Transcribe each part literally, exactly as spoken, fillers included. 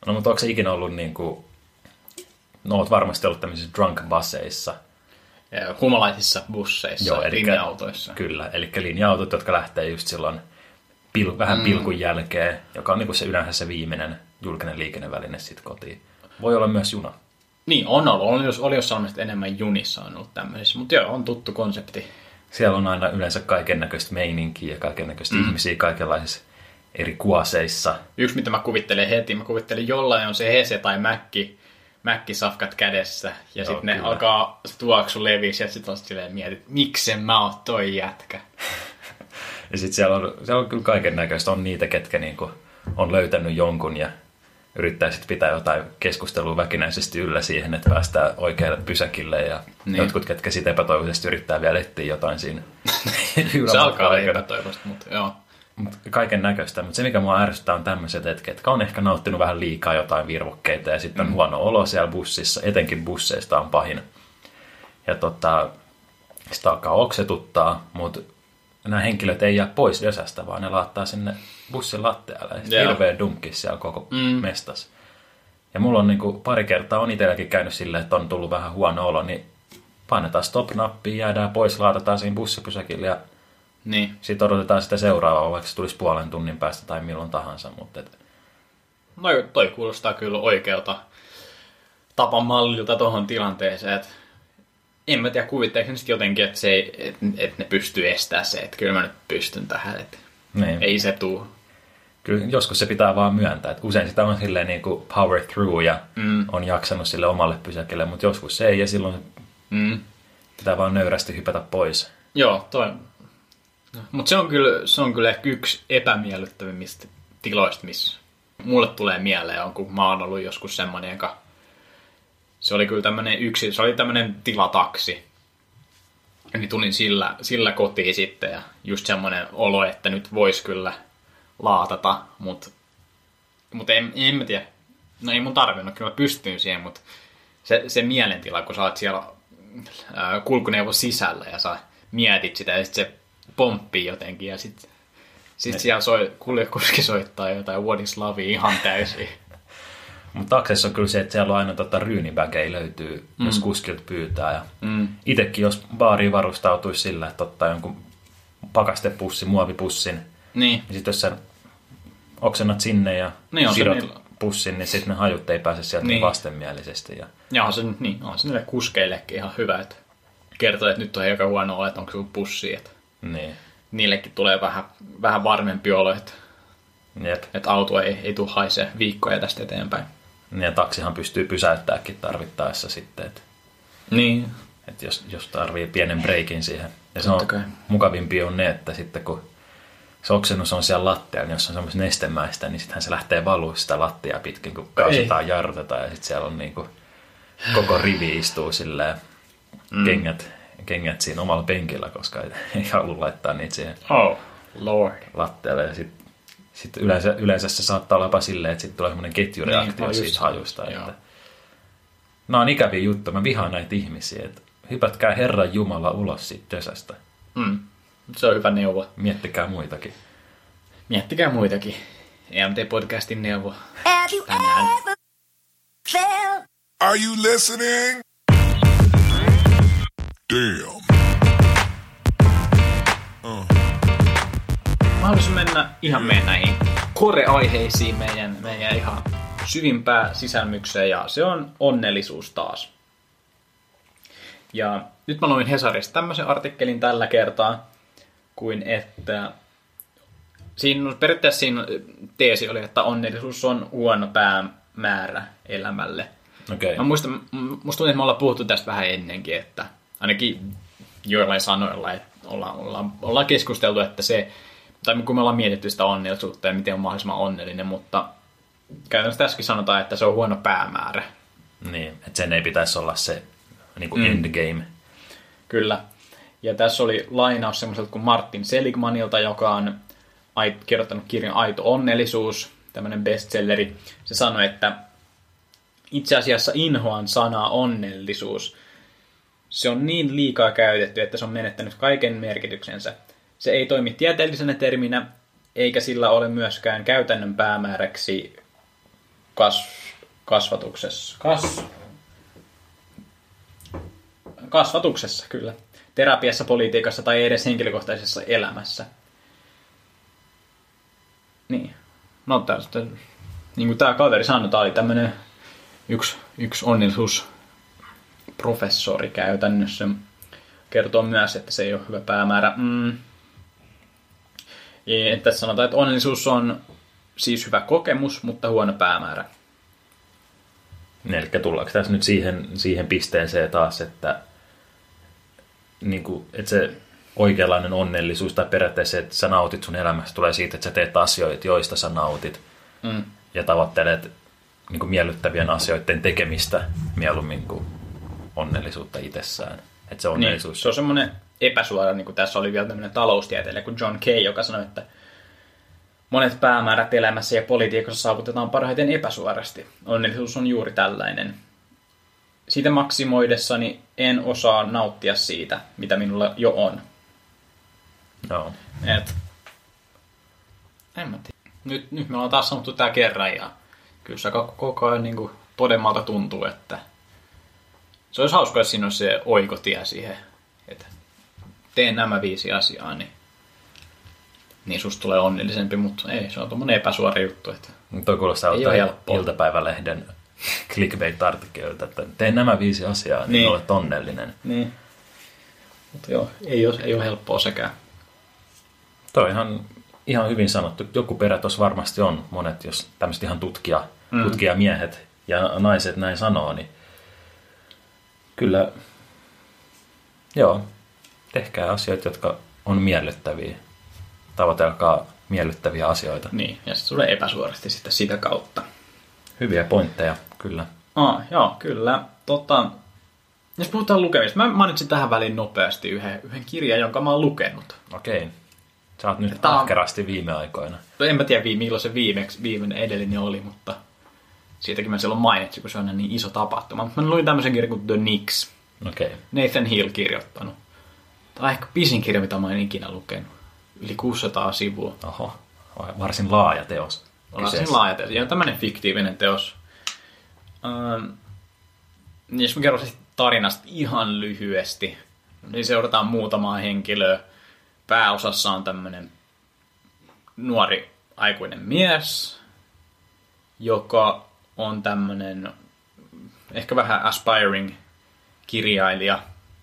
No, mutta onko se ikinä ollut niin kuin... No, oot varmasti ollut tämmöisissä drunk busseissa. Ja humalaisissa busseissa, joo, elikkä, linja-autoissa. Kyllä, eli linja-autot, jotka lähtee just silloin pil, vähän mm. pilkun jälkeen, joka on niin kuin se yleensä se viimeinen julkinen liikenneväline sitten kotiin. Voi olla myös juna. Niin, on ollut. Oli, oli jossain enemmän junissa on ollut tämmöisissä, mutta joo, on tuttu konsepti. Siellä on aina yleensä kaiken näköistä meininkiä ja kaiken näköistä mm. ihmisiä kaikenlaisissa eri kuoseissa. Yksi, mitä mä kuvittelen heti, mä kuvittelen jollain on se Hese tai Mäkki, Mäkkisafkat kädessä, ja sitten ne kyllä. alkaa tuoksu leviä, ja sitten silleen mietit, miksen mä oon toi jätkä. Ja sitten siellä on, siellä on kyllä kaiken näköistä. On niitä, ketkä niinku on löytänyt jonkun ja yrittää sitten pitää jotain keskustelua väkinäisesti yllä siihen, että päästään oikealle pysäkille. Ja niin. Jotkut, ketkä sitten epätoivoisesti yrittää vielä etsiä jotain siinä. Se alkaa olla epätoivoista, mutta joo. Mut kaiken näköistä. Mutta se, mikä mua ärsyttää, on tämmöiset hetket, ketkä on ehkä nauttinut vähän liikaa jotain virvokkeita ja sitten on mm. huono olo siellä bussissa. Etenkin busseista on pahin. Ja tota, sitä alkaa oksetuttaa, mutta nämä henkilöt ei jää pois Dösästä, vaan ne laittaa sinne bussin lattialle. Ja sitten hirveä dunkki siellä koko mm. mestas. Ja mulla on niinku pari kertaa on itselläkin käynyt silleen, että on tullut vähän huono olo, niin painetaan stop-nappia, jäädään pois, laadataan siinä bussipysäkille ja niin. Sitten odotetaan sitä seuraavaa, vaikka se tulisi puolen tunnin päästä tai milloin tahansa. Mutta et... No toi kuulostaa kyllä oikealta tapan mallilta tuohon tilanteeseen. Et en mä tiedä, kuvitteleeko ne sitten jotenkin, että et, et ne pystyy estämään se, että kyllä mä nyt pystyn tähän. Et niin. Ei se tuu. Kyllä joskus se pitää vaan myöntää. Et usein sitä on silleen niin kuin power through ja mm. on jaksanut sille omalle pysäkille, mutta joskus se ei ja silloin mm. pitää vaan nöyrästi hypätä pois. Joo, toi... Mutta se on kyllä, se on kyllä ehkä yksi epämiellyttävimmistä tiloista, missä mulle tulee mieleen, on, kun mä oon ollut joskus semmoinen, joka... Se oli kyllä tämmöinen yksi, se oli tämmöinen tilataksi. Niin tulin sillä, sillä kotiin sitten ja just semmoinen olo, että nyt vois kyllä laatata, mutta mut en, en mä tiedä. No ei mun tarvinnut, kyllä mä pystyn siihen, mutta se, se mielentila, kun sä oot siellä ää, kulkuneuvo sisällä ja sä mietit sitä ja sit se pomppii jotenkin ja sitten sit siellä soi, kuski soittaa jotain What is Love ihan täysin. Mutta taksissa on kyllä se, että siellä on aina tota ryynibägejä löytyy, mm. jos kuskilta pyytää. Ja mm. itsekin jos baariin varustautuisi sillä, että ottaa jonkun pakastepussin, muovipussin, niin, niin sitten jos sä oksennat sinne ja niin sidot niillä pussin, niin sitten ne hajut ei pääse sieltä niin vastenmielisesti. Ja, ja on se, niin, on se niille kuskeillekin ihan hyvä, että kertoo, että nyt on aika huono olo, että onko sun pussi. Että niin. Niillekin tulee vähän, vähän varmempi olo, että, että auto ei, ei tule haisee viikkoja tästä eteenpäin. Ja taksihan pystyy pysäyttämäänkin tarvittaessa sitten. Että, niin. Että jos, jos tarvii pienen breikin siihen. Ja se on mukavimpi on ne, että sitten kun se oksennus on siellä lattialla, niin jos on semmoista nestemäistä, niin sittenhän se lähtee valua sitä lattiaa pitkin, kun kausitaan jarrutetaan. Ja sitten siellä on niin kuin koko rivi istuu silleen mm. kengät, kengät siinä omalla penkillä, koska ei, ei halua laittaa niitä siihen oh, Lord. lattialle. Ja sitten sit yleensä, yleensä se saattaa olla jopa silleen, että sitten tulee semmoinen ketjureaktio niin, siitä hajusta. Että nämä on ikäviä juttuja. Mä vihaan näitä ihmisiä. Että hypätkää Herran Jumala ulos siitä Dösästä. Mm. Se on hyvä neuvo. Miettikää muitakin. Miettikää muitakin. E M T-podcastin neuvo tänään. Are you listening? Damn. Uh. Mä haluaisin mennä ihan meidän näihin core-aiheisiin, meidän, meidän ihan syvimpään sisälmykseen, ja se on onnellisuus taas. Ja nyt mä luin Hesarista tämmöisen artikkelin tällä kertaa, kuin että siinä, periaatteessa siinä teesi oli, että onnellisuus on huono päämäärä elämälle. Okay. Mä muistan, musta tuntuu, että me ollaan puhuttu tästä vähän ennenkin, että ainakin joillain sanoilla, että ollaan, ollaan, ollaan keskusteltu, että se, tai kun me ollaan mietitty sitä onnellisuutta ja miten on mahdollisimman onnellinen, mutta käytännössä tässäkin sanotaan, että se on huono päämäärä. Niin, että sen ei pitäisi olla se niin kuin mm. endgame. Kyllä. Ja tässä oli lainaus semmoiselta kuin Martin Seligmanilta, joka on kirjoittanut kirjan Aito onnellisuus, tämmöinen bestselleri. Se sanoi, että itse asiassa inhoan sanaa onnellisuus. Se on niin liikaa käytetty, että se on menettänyt kaiken merkityksensä. Se ei toimi tieteellisenä terminä, eikä sillä ole myöskään käytännön päämääräksi kas, kasvatuksessa. Kas, kasvatuksessa, kyllä. Terapiassa, politiikassa tai edes henkilökohtaisessa elämässä. Niin. No tästä, niin kuin tämä kaveri sanoi, tämä oli tämmöinen yksi, yksi onnellisuusprofessori käytännössä. Kertoo myös, että se ei ole hyvä päämäärä. Mm. Ja tässä sanotaan, että onnellisuus on siis hyvä kokemus, mutta huono päämäärä. Eli tullaanko tässä nyt siihen, siihen pisteeseen taas, että, niin kuin, että se oikeanlainen onnellisuus tai periaatteessa, että sä nautit sun elämästä, tulee siitä, että sä teet asioita, joista sä nautit. Mm. Ja tavoittelet niin kuin miellyttävien asioiden tekemistä mieluummin kuin onnellisuutta itsessään. Että se onnellisuus... Niin, se on semmoinen epäsuora, niin kuin tässä oli vielä tämmöinen taloustieteilijä kuin John Kay, joka sanoi, että monet päämäärät elämässä ja politiikassa saavutetaan parhaiten epäsuorasti. Onnellisuus on juuri tällainen. Siitä maksimoidessani en osaa nauttia siitä, mitä minulla jo on. No. Et, en mä tiedä. Nyt, nyt me ollaan taas sanottu tää kerran ja kyllä se koko ajan niin kuin todemmalta tuntuu, että se olisi hauska, jos siinä olisi se oikotie siihen, että teen nämä viisi asiaa, niin, niin susta tulee onnellisempi, mutta ei, se on tommoinen epäsuora juttu. Että toi kuulostaa iltapäivälehden clickbait-artikkelilta, että teen nämä viisi asiaa, niin, niin. Olet onnellinen. Niin. Mutta joo, ei ole, ei ole helppoa sekään. Toi on ihan, ihan hyvin sanottu. Joku perä tuossa varmasti on. Monet, jos tämmöiset ihan tutkija, mm. tutkijamiehet ja naiset näin sanoo, niin kyllä, joo, tehkää asioita, jotka on miellyttäviä. Tavoitelkaa miellyttäviä asioita. Niin, ja se tulee epäsuorasti sitten sitä kautta. Hyviä pointteja, kyllä. Ah, joo, kyllä. Tota, jos puhutaan lukemista, mä mainitsin tähän väliin nopeasti yhden, yhden kirjan, jonka mä oon lukenut. Okei. Sä oot nyt Tämä... ahkerasti viime aikoina. No en mä tiedä, milloin se viimeksi, viimeinen edellinen oli, mutta siitäkin mä silloin mainitsin, kun se on niin iso tapahtuma. Mutta mä luin tämmöisen kirjan kuin The Knicks. Okei. Nathan Hill kirjoittanut. Tämä on ehkä pisin kirja, mitä mä en ikinä lukenut. Yli kuusisataa sivua. Oho, varsin laaja teos. Varsin laaja teos. Ja tämmöinen fiktiivinen teos. Ähm, jos mä kerron tarinasta ihan lyhyesti, niin seurataan muutamaa henkilöä. Pääosassa on tämmöinen nuori aikuinen mies, joka on tämmöinen ehkä vähän aspiring kirjailija,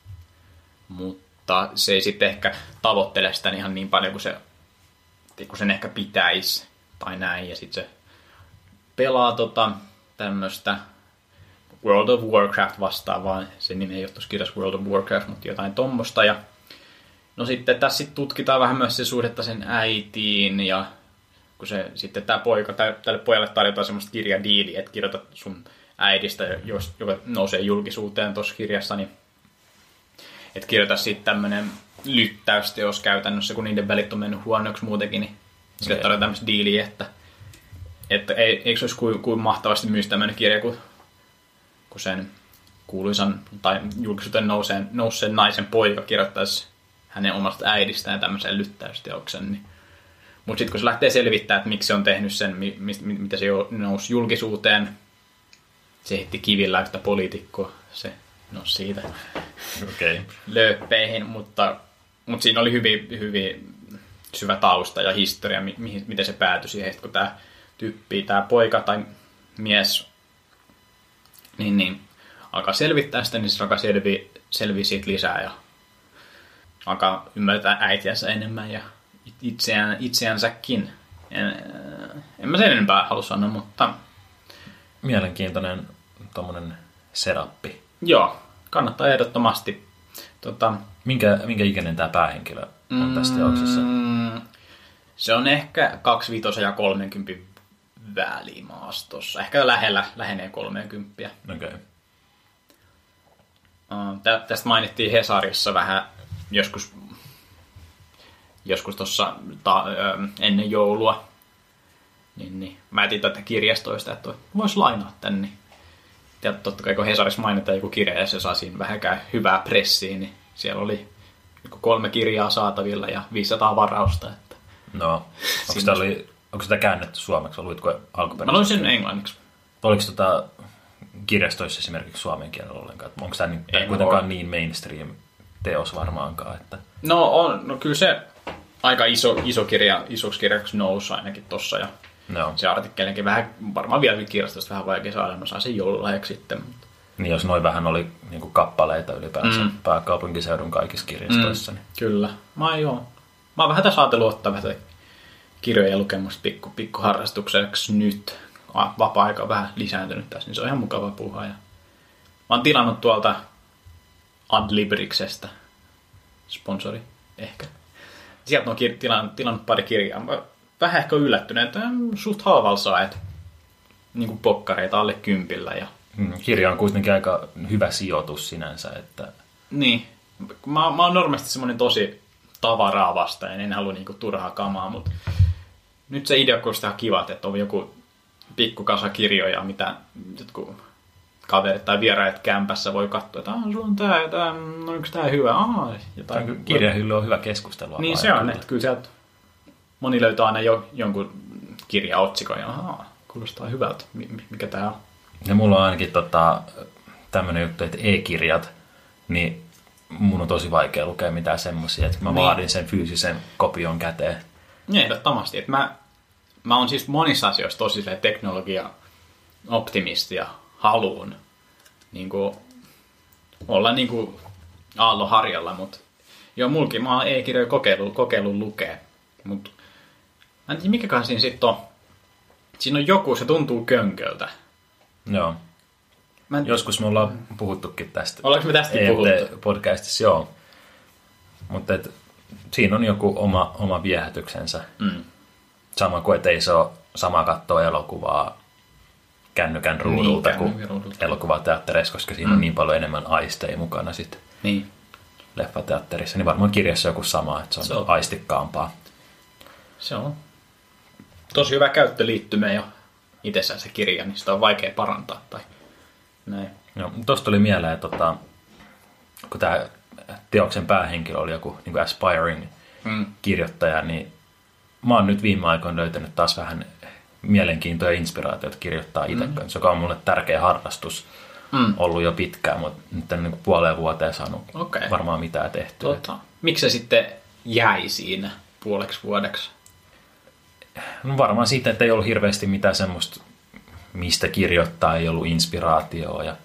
mutta se ei sitten ehkä tavoittele sitä ihan niin paljon kuin, se, kuin sen ehkä pitäisi tai näin. Ja sitten se pelaa tota, tämmöistä World of Warcraft vastaavaa. Sen nimi ei ole tuossa kirjassa World of Warcraft, mutta jotain tommosta. Ja no sitten tässä sit tutkitaan vähän myös se suhdetta sen äitiin ja kun se sitten tämä poika, tälle pojalle tarjotaan semmoista kirjadiiliä, että kirjoita sun äidistä, joka nousee julkisuuteen tuossa kirjassa, niin että kirjoita siitä tämmöinen lyttäysteos käytännössä, kun niiden välit on mennyt huonoksi muutenkin, niin sille tarjotaan tämmöistä diiliä, että, että ei, eikö se olisi kuin, kuin mahtavasti myös tämmöinen kirja, kun, kun sen kuuluisan tai julkisuuteen nouseen, nouseen naisen poika kirjoittaisi hänen omasta äidistään tämmöisen lyttäysteoksen. Niin. Mutta sitten kun se lähtee selvittämään, että miksi se on tehnyt sen, mi- mi- mitä se nousi julkisuuteen, se heitti kivillä yhtä poliitikkoa, se nousi siitä okay. lööppeihin, mutta, mutta siinä oli hyvin, hyvin syvä tausta ja historia, mi- mi- miten se päätyi siihen, kun tämä typpii, tämä poika tai mies, niin, niin alkaa selvittää sitä, niin se alkaa selviä, selviä siitä lisää ja alkaa ymmärtää äitiänsä enemmän ja itseään, itseänsäkin. En, en mä sen enempää halua sanoa, mutta mielenkiintoinen tommonen setappi. Joo, kannattaa ehdottomasti. Tota, minkä, minkä ikäinen tämä päähenkilö on mm, tässä teoksessa? Se on ehkä kaksikymmentäviisi ja kolmekymmentä välimaastossa. Ehkä lähellä, lähenee kolmekymmentä. Okei. Okay. Uh, tästä mainittiin Hesarissa vähän joskus joskus tuossa ta- ennen joulua. Niin, niin. Mä etin tätä kirjastoista, että vois lainaa tän. Niin. Ja totta kai kun Hesarissa mainitaan joku kirja ja se saa siinä vähänkään hyvää pressiä, niin siellä oli kolme kirjaa saatavilla ja viisisataa varausta. Että no, onko sitä, oli, onko sitä käännetty suomeksi vai luitko alkuperäisesti? Mä luin sen englanniksi. Oliko tota kirjastoissa esimerkiksi suomen kielellä ollenkaan? Onko tämä niin, Ei kuitenkaan niin mainstream teos varmaankaan? Että... No, on, no kyllä se aika iso, iso kirja, isoksi kirjaksi nousi ainakin tossa. Ja no. Se artikkelinkin vähän, varmaan vielä kirjastosta vähän vaikea saada. Mä sain sen joululahjaksi sitten. Mutta... Niin jos noin vähän oli niin kuin kappaleita ylipäänsä mm. pääkaupunkiseudun kaikissa kirjastoissa. Mm, niin. Kyllä. Mä, joo. Mä oon vähän tässä ajatellut ottaa vähän kirjojen lukemasta pikku, pikku harrastukseksi nyt. Vapaa-aika on vähän lisääntynyt tässä, niin se on ihan mukava puhua. Ja... Mä oon tilannut tuolta Adlibriksestä, sponsori ehkä. Sieltä on kir- tilannut, tilannut pari kirjaa. Mä vähän ehkä yllättynyt, että suht halvalla saa, että niin pokkareita alle kympillä. Ja... Mm, kirja on kuitenkin aika hyvä sijoitus sinänsä. Että... Niin. Mä, mä oon normaalisti semmoinen tosi tavaraa vastaan, en halua niinku turhaa kamaa, mutta nyt se idea kuulostaa kiva, että on joku pikkukasa kirjoja, mitä jotkut kaverit tai vieraat kämpässä voi katsoa, että sulla on tää, tää, no onko tää hyvä? Aa, jotain. Kirjahylly on hyvä keskustelua. Niin se on, kyllä. Että kyllä sieltä moni löytää aina jo, jonkun kirjaotsikon ja aa, kuulostaa hyvältä, mikä tää on. Ja mulla on ainakin tota, tämmönen juttu, että e-kirjat, niin mun on tosi vaikea lukea mitään semmosia, että mä niin. vaadin sen fyysisen kopion käteen. Niin, ehdottomasti. Että mä, mä oon siis monissa asioissa tosi teknologia-optimisti ja haluun niin kuin, olla niin kuin aallonharjalla, mutta joo, mulkin mä oon e-kirjoja kokeillut, kokeillut lukea, mutta mä en tiedä mikäkään siinä sitten on. Siinä on joku, se tuntuu könköltä. Joo. En... Joskus me ollaan puhuttukin tästä. Ollaanko me tästäkin puhuttu? Podcastissa, joo. Mutta et, siinä on joku oma, oma viehätyksensä. Mm. Sama kuin, et ei se ole sama katsoa elokuvaa kännykän ruudulta niin, kuin ruudulta. Elokuvateattereissa, koska siinä mm. on niin paljon enemmän aisteja mukana sitten niin. leffateatterissa. Niin varmaan kirjassa joku sama, että se on, se on. aistikkaampaa. Se on tosi hyvä käyttöliittymä jo itsessään se kirja, niin sitä on vaikea parantaa tai näin. No, tuosta tuli mieleen, että tota, kun tämä teoksen päähenkilö oli joku niin kuin aspiring mm. kirjoittaja, niin mä oon nyt viime aikoina löytänyt taas vähän mielenkiintoa ja inspiraatiota kirjoittaa itse mm. kanssa, joka on mulle tärkeä harrastus mm. ollut jo pitkään, mutta nyt en niin puoleen vuoteen saanut okay. varmaan mitään tehtyä. Tota, miksi se sitten jäi siinä puoleksi vuodeksi? No varmaan siitä, että ei ollut hirveästi mitään semmoista, mistä kirjoittaa, ei ollut inspiraatioa. Ja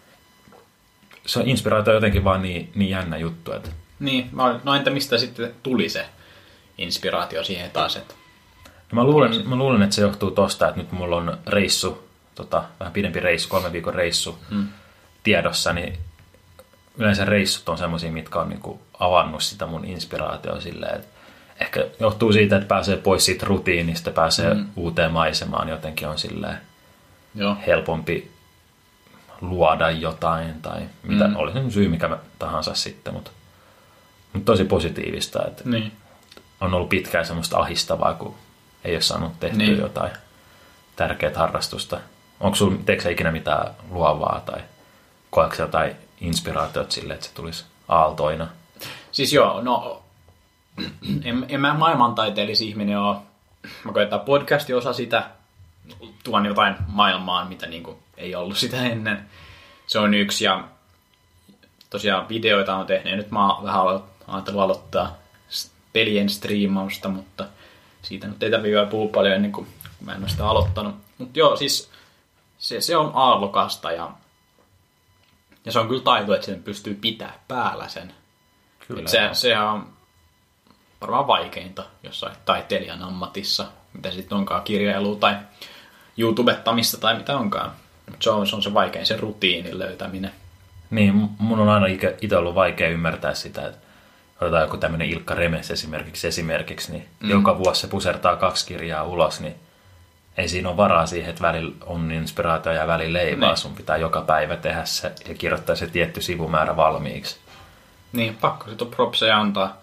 se on inspiraatio jotenkin vaan niin, niin jännä juttu. Että... Niin, no entä mistä sitten tuli se inspiraatio siihen taas? Että... No mä, luulen, mä luulen, että se johtuu tosta, että nyt mulla on reissu, tota, vähän pidempi reissu, kolmen viikon reissu hmm. tiedossa, niin yleensä reissut on semmoisia, mitkä on niinku avannut sitä mun inspiraatioa silleen, että ehkä johtuu siitä, että pääsee pois siitä rutiinista, pääsee mm. uuteen maisemaan, jotenkin on silleen Joo. helpompi luoda jotain tai mitä mm. oli sen syy mikä tahansa sitten, mutta, mutta tosi positiivista, että niin. on ollut pitkään semmoista ahistavaa, kun ei ole saanut tehtyä niin. jotain tärkeää harrastusta. Onko sulla, teekö ikinä mitään luovaa tai koetko jotain inspiraatiot sille, että se tulisi aaltoina? Siis joo, no En, en mä maailmantaiteellisi ihminen ole. Mä koen, että podcasti osa sitä, tuon jotain maailmaan, mitä niinku ei ollut sitä ennen. Se on yksi ja tosiaan videoita on tehnyt ja nyt mä oon vähän ajatellut aloittaa pelien striimausta, mutta siitä nyt ei tarvitse vielä puhua paljon ennen kuin mä en ole sitä aloittanut. Mutta joo, siis se, se on aallokasta ja, ja se on kyllä taito, että sen pystyy pitää päällä sen. Kyllä. Se, se on varmaan vaikeinta jossain taiteilijan ammatissa, mitä sitten onkaan kirjailua tai YouTubettamista tai mitä onkaan. Mutta se on, se on se vaikein, se rutiinin löytäminen. Niin, mun on aina itse ollut vaikea ymmärtää sitä, että otetaan joku tämmöinen Ilkka Remes esimerkiksi, esimerkiksi niin mm. joka vuosi se pusertaa kaksi kirjaa ulos, niin ei siinä ole varaa siihen, että välillä on inspiraatio ja välillä ei, vaan sun pitää joka päivä tehdä se ja kirjoittaa se tietty sivumäärä valmiiksi. Niin, pakko sitten on propseja antaa.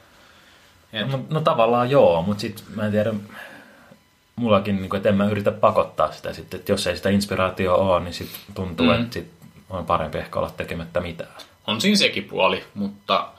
No, no tavallaan joo, mutta sitten mä en tiedä, mullakin, niin kuin, että en mä yritä pakottaa sitä sitten, että jos ei sitä inspiraatioa ole, niin sitten tuntuu, mm. että sit on parempi ehkä olla tekemättä mitään. On siinä sekin puoli, mutta,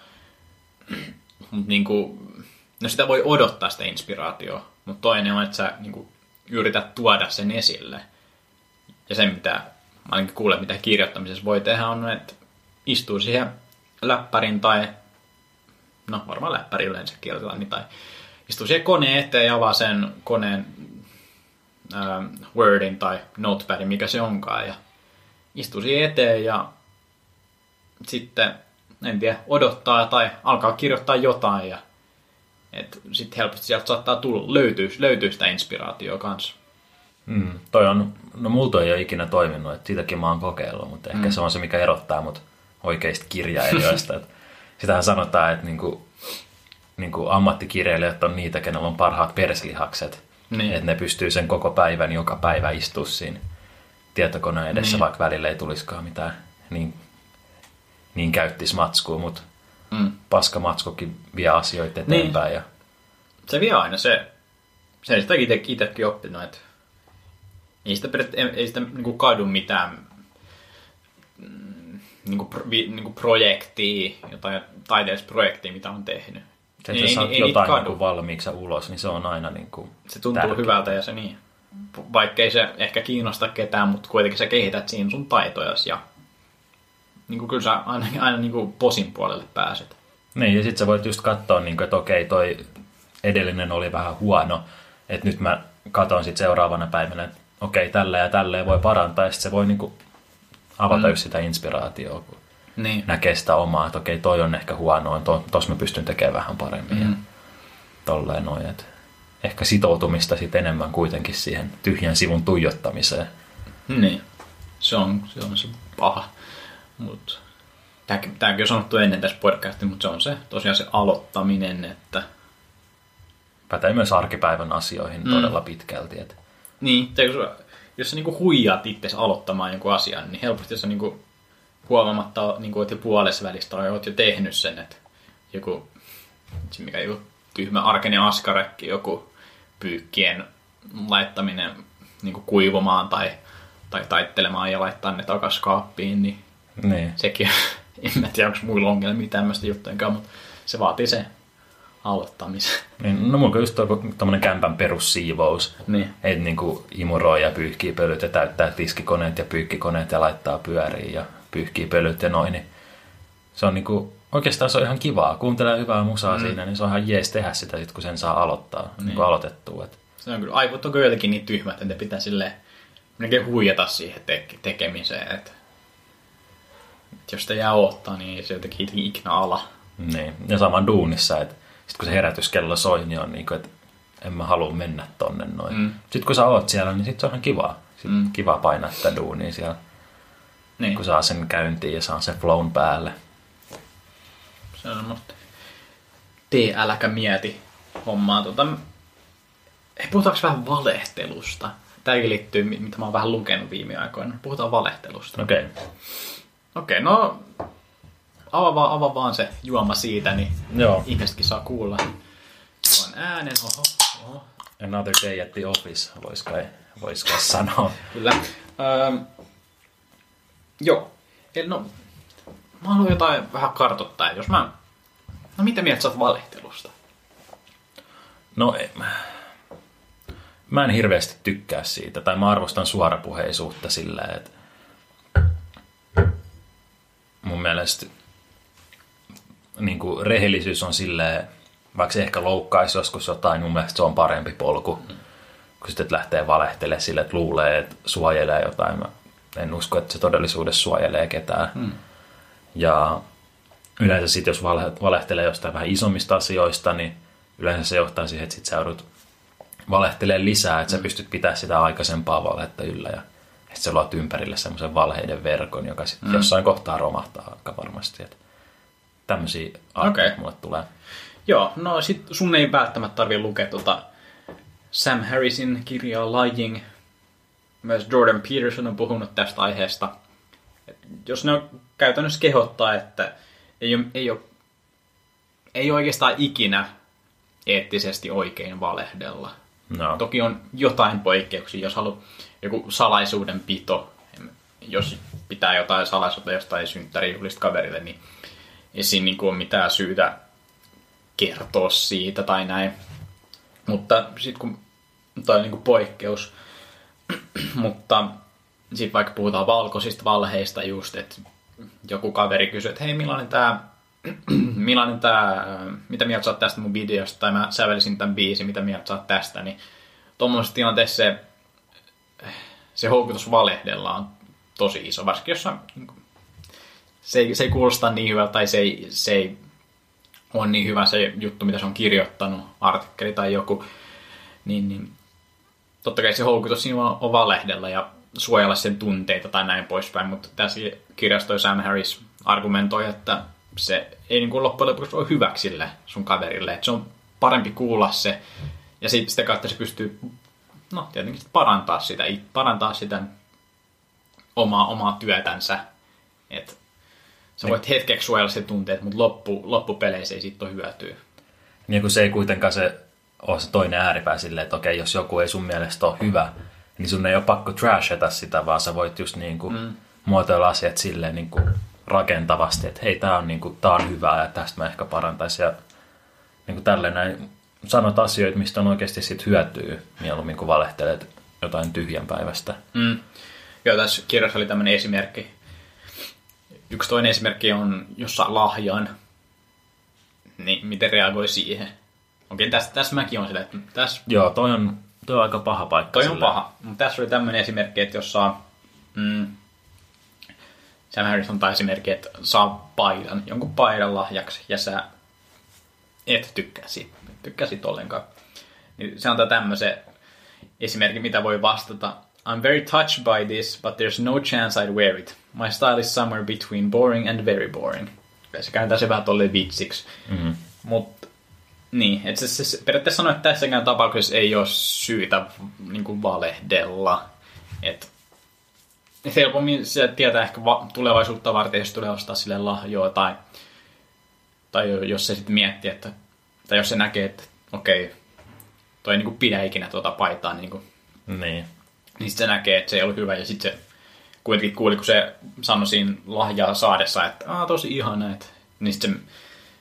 mutta niin kuin, no sitä voi odottaa sitä inspiraatioa, mutta toinen on, että sä niin kuin, yrität tuoda sen esille. Ja se, mitä mä ainakin kuulen, mitä kirjoittamisessa voi tehdä, on, että istuu siihen läppärin tai, no varmaan läppäri yleensä kirjoitetaan, niin, tai istuu siihen koneen eteen ja avaa sen koneen äh, Wordin tai Notepadin, mikä se onkaan, ja istuu siihen eteen ja sitten, en tiedä, odottaa tai alkaa kirjoittaa jotain ja sitten helposti sieltä saattaa tulla, löytyy, löytyy sitä inspiraatioa kanssa. Mm, toi on, no multa ei ole ikinä toiminut, että siitäkin mä oon kokeillut, mutta ehkä mm. se on se, mikä erottaa mut oikeista kirjailijoista. Että sitähän sanotaan, että niinku, niinku ammattikirjailijat on niitä, kenellä on parhaat persilihakset. Niin. Että ne pystyy sen koko päivän, joka päivä istua siinä tietokoneen edessä, niin. Vaikka välillä ei tulisikaan mitään niin, niin käyttis matskua, mutta mm. paskamatskukin vie asioita eteenpäin. Niin. Ja se vie aina se. Se sitä itse, itsekin oppinut, että ei sitä, ei sitä niin kuin kadu mitään niin kuin, niin kuin projektia, jotain taiteellista projektia, mitä on tehnyt. Se, että sä saat jotain niin kuin valmiiksi ulos, niin se on aina niin kuin se tuntuu tärkeä. Hyvältä ja se niin. Vaikkei se ehkä kiinnosta ketään, mutta kuitenkin sä kehität siinä sun taitojas ja niin kuin kyllä sä aina, aina niin kuin posin puolelle pääset. Niin, ja sit sä voit just katsoa, niin kuin, että okei, toi edellinen oli vähän huono, että nyt mä katon sit seuraavana päivänä, että okei, tällä ja tälleen voi parantaa, ja sit se voi niin kuin avata mm. just sitä inspiraatiota, kun niin. näkee sitä omaa, että okei, toi on ehkä huonoa, to, tos mä pystyn tekemään vähän paremmin mm. ja tolleen noin, että ehkä sitoutumista sit enemmän kuitenkin siihen tyhjän sivun tuijottamiseen. Niin, se on se, on se paha, mutta tämäkin on sanottu ennen tässä podcastissa, mutta se on se tosiaan se aloittaminen, että pätee myös arkipäivän asioihin mm. todella pitkälti. Että niin, jos sä niinku huijaat itsesi aloittamaan jonkun asian, niin helposti jos sä niinku huomaamatta niinku oot jo puolessa välistä tai oot jo tehnyt sen, että joku, mikä joku tyhmä arkinen askarekki, joku pyykkien laittaminen niinku kuivumaan tai, tai taittelemaan ja laittaa ne takas kaappiin, niin, niin. sekin, en mä tiedä, onko muilla ongelmia tämmöistä juttujenkaan, mutta se vaatii se aloittamisen. Niin, no mulla on just tommonen kämpän perussiivous. Niin. Että niinku imuroi ja pyyhkii pölyt ja täyttää tiskikoneet ja pyykkikoneet ja laittaa pyöriin ja pyyhkii pölyt ja noin. Niin se on niinku, oikeastaan se on ihan kivaa. Kuuntelee hyvää musaa mm. siinä, niin se on ihan jees tehdä sitä sit, kun sen saa aloittaa, niin. Niin aloitettua. Et se on kyllä, aivot on kyllä jotenkin niin tyhmät, että ne pitää silleen huijata siihen te- tekemiseen. Et, et jos sitä jää odottaa, niin se jotenkin ikinä ala. Niin, ja saman duunissa, että sitten kun se herätyskello soi, niin on niin kuin, että en mä halua mennä tonne noin. Mm. Sitten kun sä oot siellä, niin sitten se on ihan kivaa. Sitten mm. kiva painaa sitä duunia siellä, niin. Kun saa sen käyntiin ja saa sen flown päälle. Se on semmoista tee äläkä mieti hommaa. Tota, puhutaanko vähän valehtelusta? Tämäkin liittyy, mitä mä oon vähän lukenut viime aikoina. Puhutaan valehtelusta. Okei. Okay. Okei, okay, no avaa vaan, avaa vaan se juoma siitä, niin joo. Ihmisetkin saa kuulla tuon äänen. Oho, oho. Another day at the office, vois kai, vois kai sanoa. Kyllä. Öö, joo. Eli no, mä haluan jotain vähän kartoittaa. Jos mä, no mitä mieltä sä oot valehtelusta? No, mä en hirveästi tykkää siitä, tai mä arvostan suorapuheisuutta sillä, että mun mielestä niin kuin rehellisyys on silleen, vaikka se ehkä loukkaisi joskus jotain, mun mielestä se on parempi polku, mm. kun sitten lähtee valehtelemaan sille, että luulee, että suojelee jotain. Mä en usko, että se todellisuudessa suojelee ketään. Mm. Ja yleensä sitten, jos valehtelee jostain vähän isommista asioista, niin yleensä se johtaa siihen, että sit sä joudut valehtelemaan lisää, että sä pystyt pitämään sitä aikaisempaa valhetta yllä ja että sä luot ympärille semmoisen valheiden verkon, joka sitten mm. jossain kohtaa romahtaa aika varmasti. Että tämmöisiä aatteita okay. mulle tulee. Joo, no sit sun ei välttämättä tarvitse lukea tuota Sam Harrisin kirjaa Lying. Myös Jordan Peterson on puhunut tästä aiheesta. Et jos ne on käytännössä kehottaa, että ei ole, ei ole, ei ole oikeastaan ikinä eettisesti oikein valehdella. No. Toki on jotain poikkeuksia, jos haluaa joku salaisuuden pito, jos pitää jotain salaisuutta jostain synttärijuhlista kaverille, niin ei siinä niin ole mitään syytä kertoa siitä tai näin. Mutta sitten kun toi on niin kuin poikkeus, mutta sitten vaikka puhutaan valkoisista valheista just, että joku kaveri kysyy, että hei, millainen tää, millainen tää, mitä mieltä sä oot tästä mun videosta, tai mä sävelisin tämän biisin, mitä mieltä sä oot tästä, niin tuommoisessa tilanteessa se, se houkutus valehdella on tosi iso, varsinkin jos se ei, se ei kuulosta niin hyvältä, tai se ei, se ei ole niin hyvä se juttu, mitä se on kirjoittanut, artikkeli tai joku, niin, niin totta kai se houkutus siinä on, on valehdella ja suojella sen tunteita tai näin poispäin, mutta tässä kirjassa toi Sam Harris argumentoi, että se ei niin kuin loppujen lopuksi ole hyväksi sille sun kaverille, että se on parempi kuulla se, ja sitten sitä kautta se pystyy, no tietenkin parantaa sitä, parantaa sitä omaa, omaa työtänsä, että sä voit hetkeksi suojella sen tunteet, mutta loppu, loppupeleissä ei siitä ole hyötyä. Niin kun se ei kuitenkaan se ole se toinen ääripää silleen, että okei, jos joku ei sun mielestä ole hyvä, niin sun ei ole pakko trashata sitä, vaan sä voit just niin kuin mm. muotoilla asiat silleen niin kuin rakentavasti, että hei, tää on, niin kuin, tää on hyvää ja tästä mä ehkä parantaisin. Ja niin kuin tälleen näin sanot asioita, mistä on oikeasti sit hyötyä, mieluummin kuin valehtelet jotain tyhjän päivästä. Mm. Joo, tässä kirjassa oli tämmöinen esimerkki. Yksi toinen esimerkki on, jos saa lahjan, niin miten reagoi siihen? Okei, tässä, tässä mäkin on silleen, että tässä... Joo, toi on, toi on aika paha paikka. Toi on silleen. Paha, mutta tässä oli tämmöinen esimerkki, että jos saa... Mm, Sam Harris on tämä esimerkki, että saa paidan, jonkun paidan lahjaksi, ja sä et tykkää siitä, tykkää siitä ollenkaan. Niin se antaa tämmöisen esimerkin, mitä voi vastata. I'm very touched by this, but there's no chance I'd wear it. My style is somewhere between boring and very boring. Se kääntää se vähän tolleen vitsiksi. Mm-hmm. Mutta niin, että se, se, periaatteessa sanoo, että tässäkään tapauksessa ei ole syytä niin kuin valehdella. Että et helpommin se tietää ehkä va- tulevaisuutta varten, jos tulee ostaa sille lahjoa, tai, tai jos se sitten miettii, että, tai jos se näkee, että okei, toi ei niin kuin pidä ikinä tuota paitaa, niin, kuin, niin. niin sitten se näkee, että se ei ollut hyvä, ja sitten se kuitenkin kuuli, kun se sanoi siinä lahjaa saadessa, että aah, tosi ihana, että niin sitten se,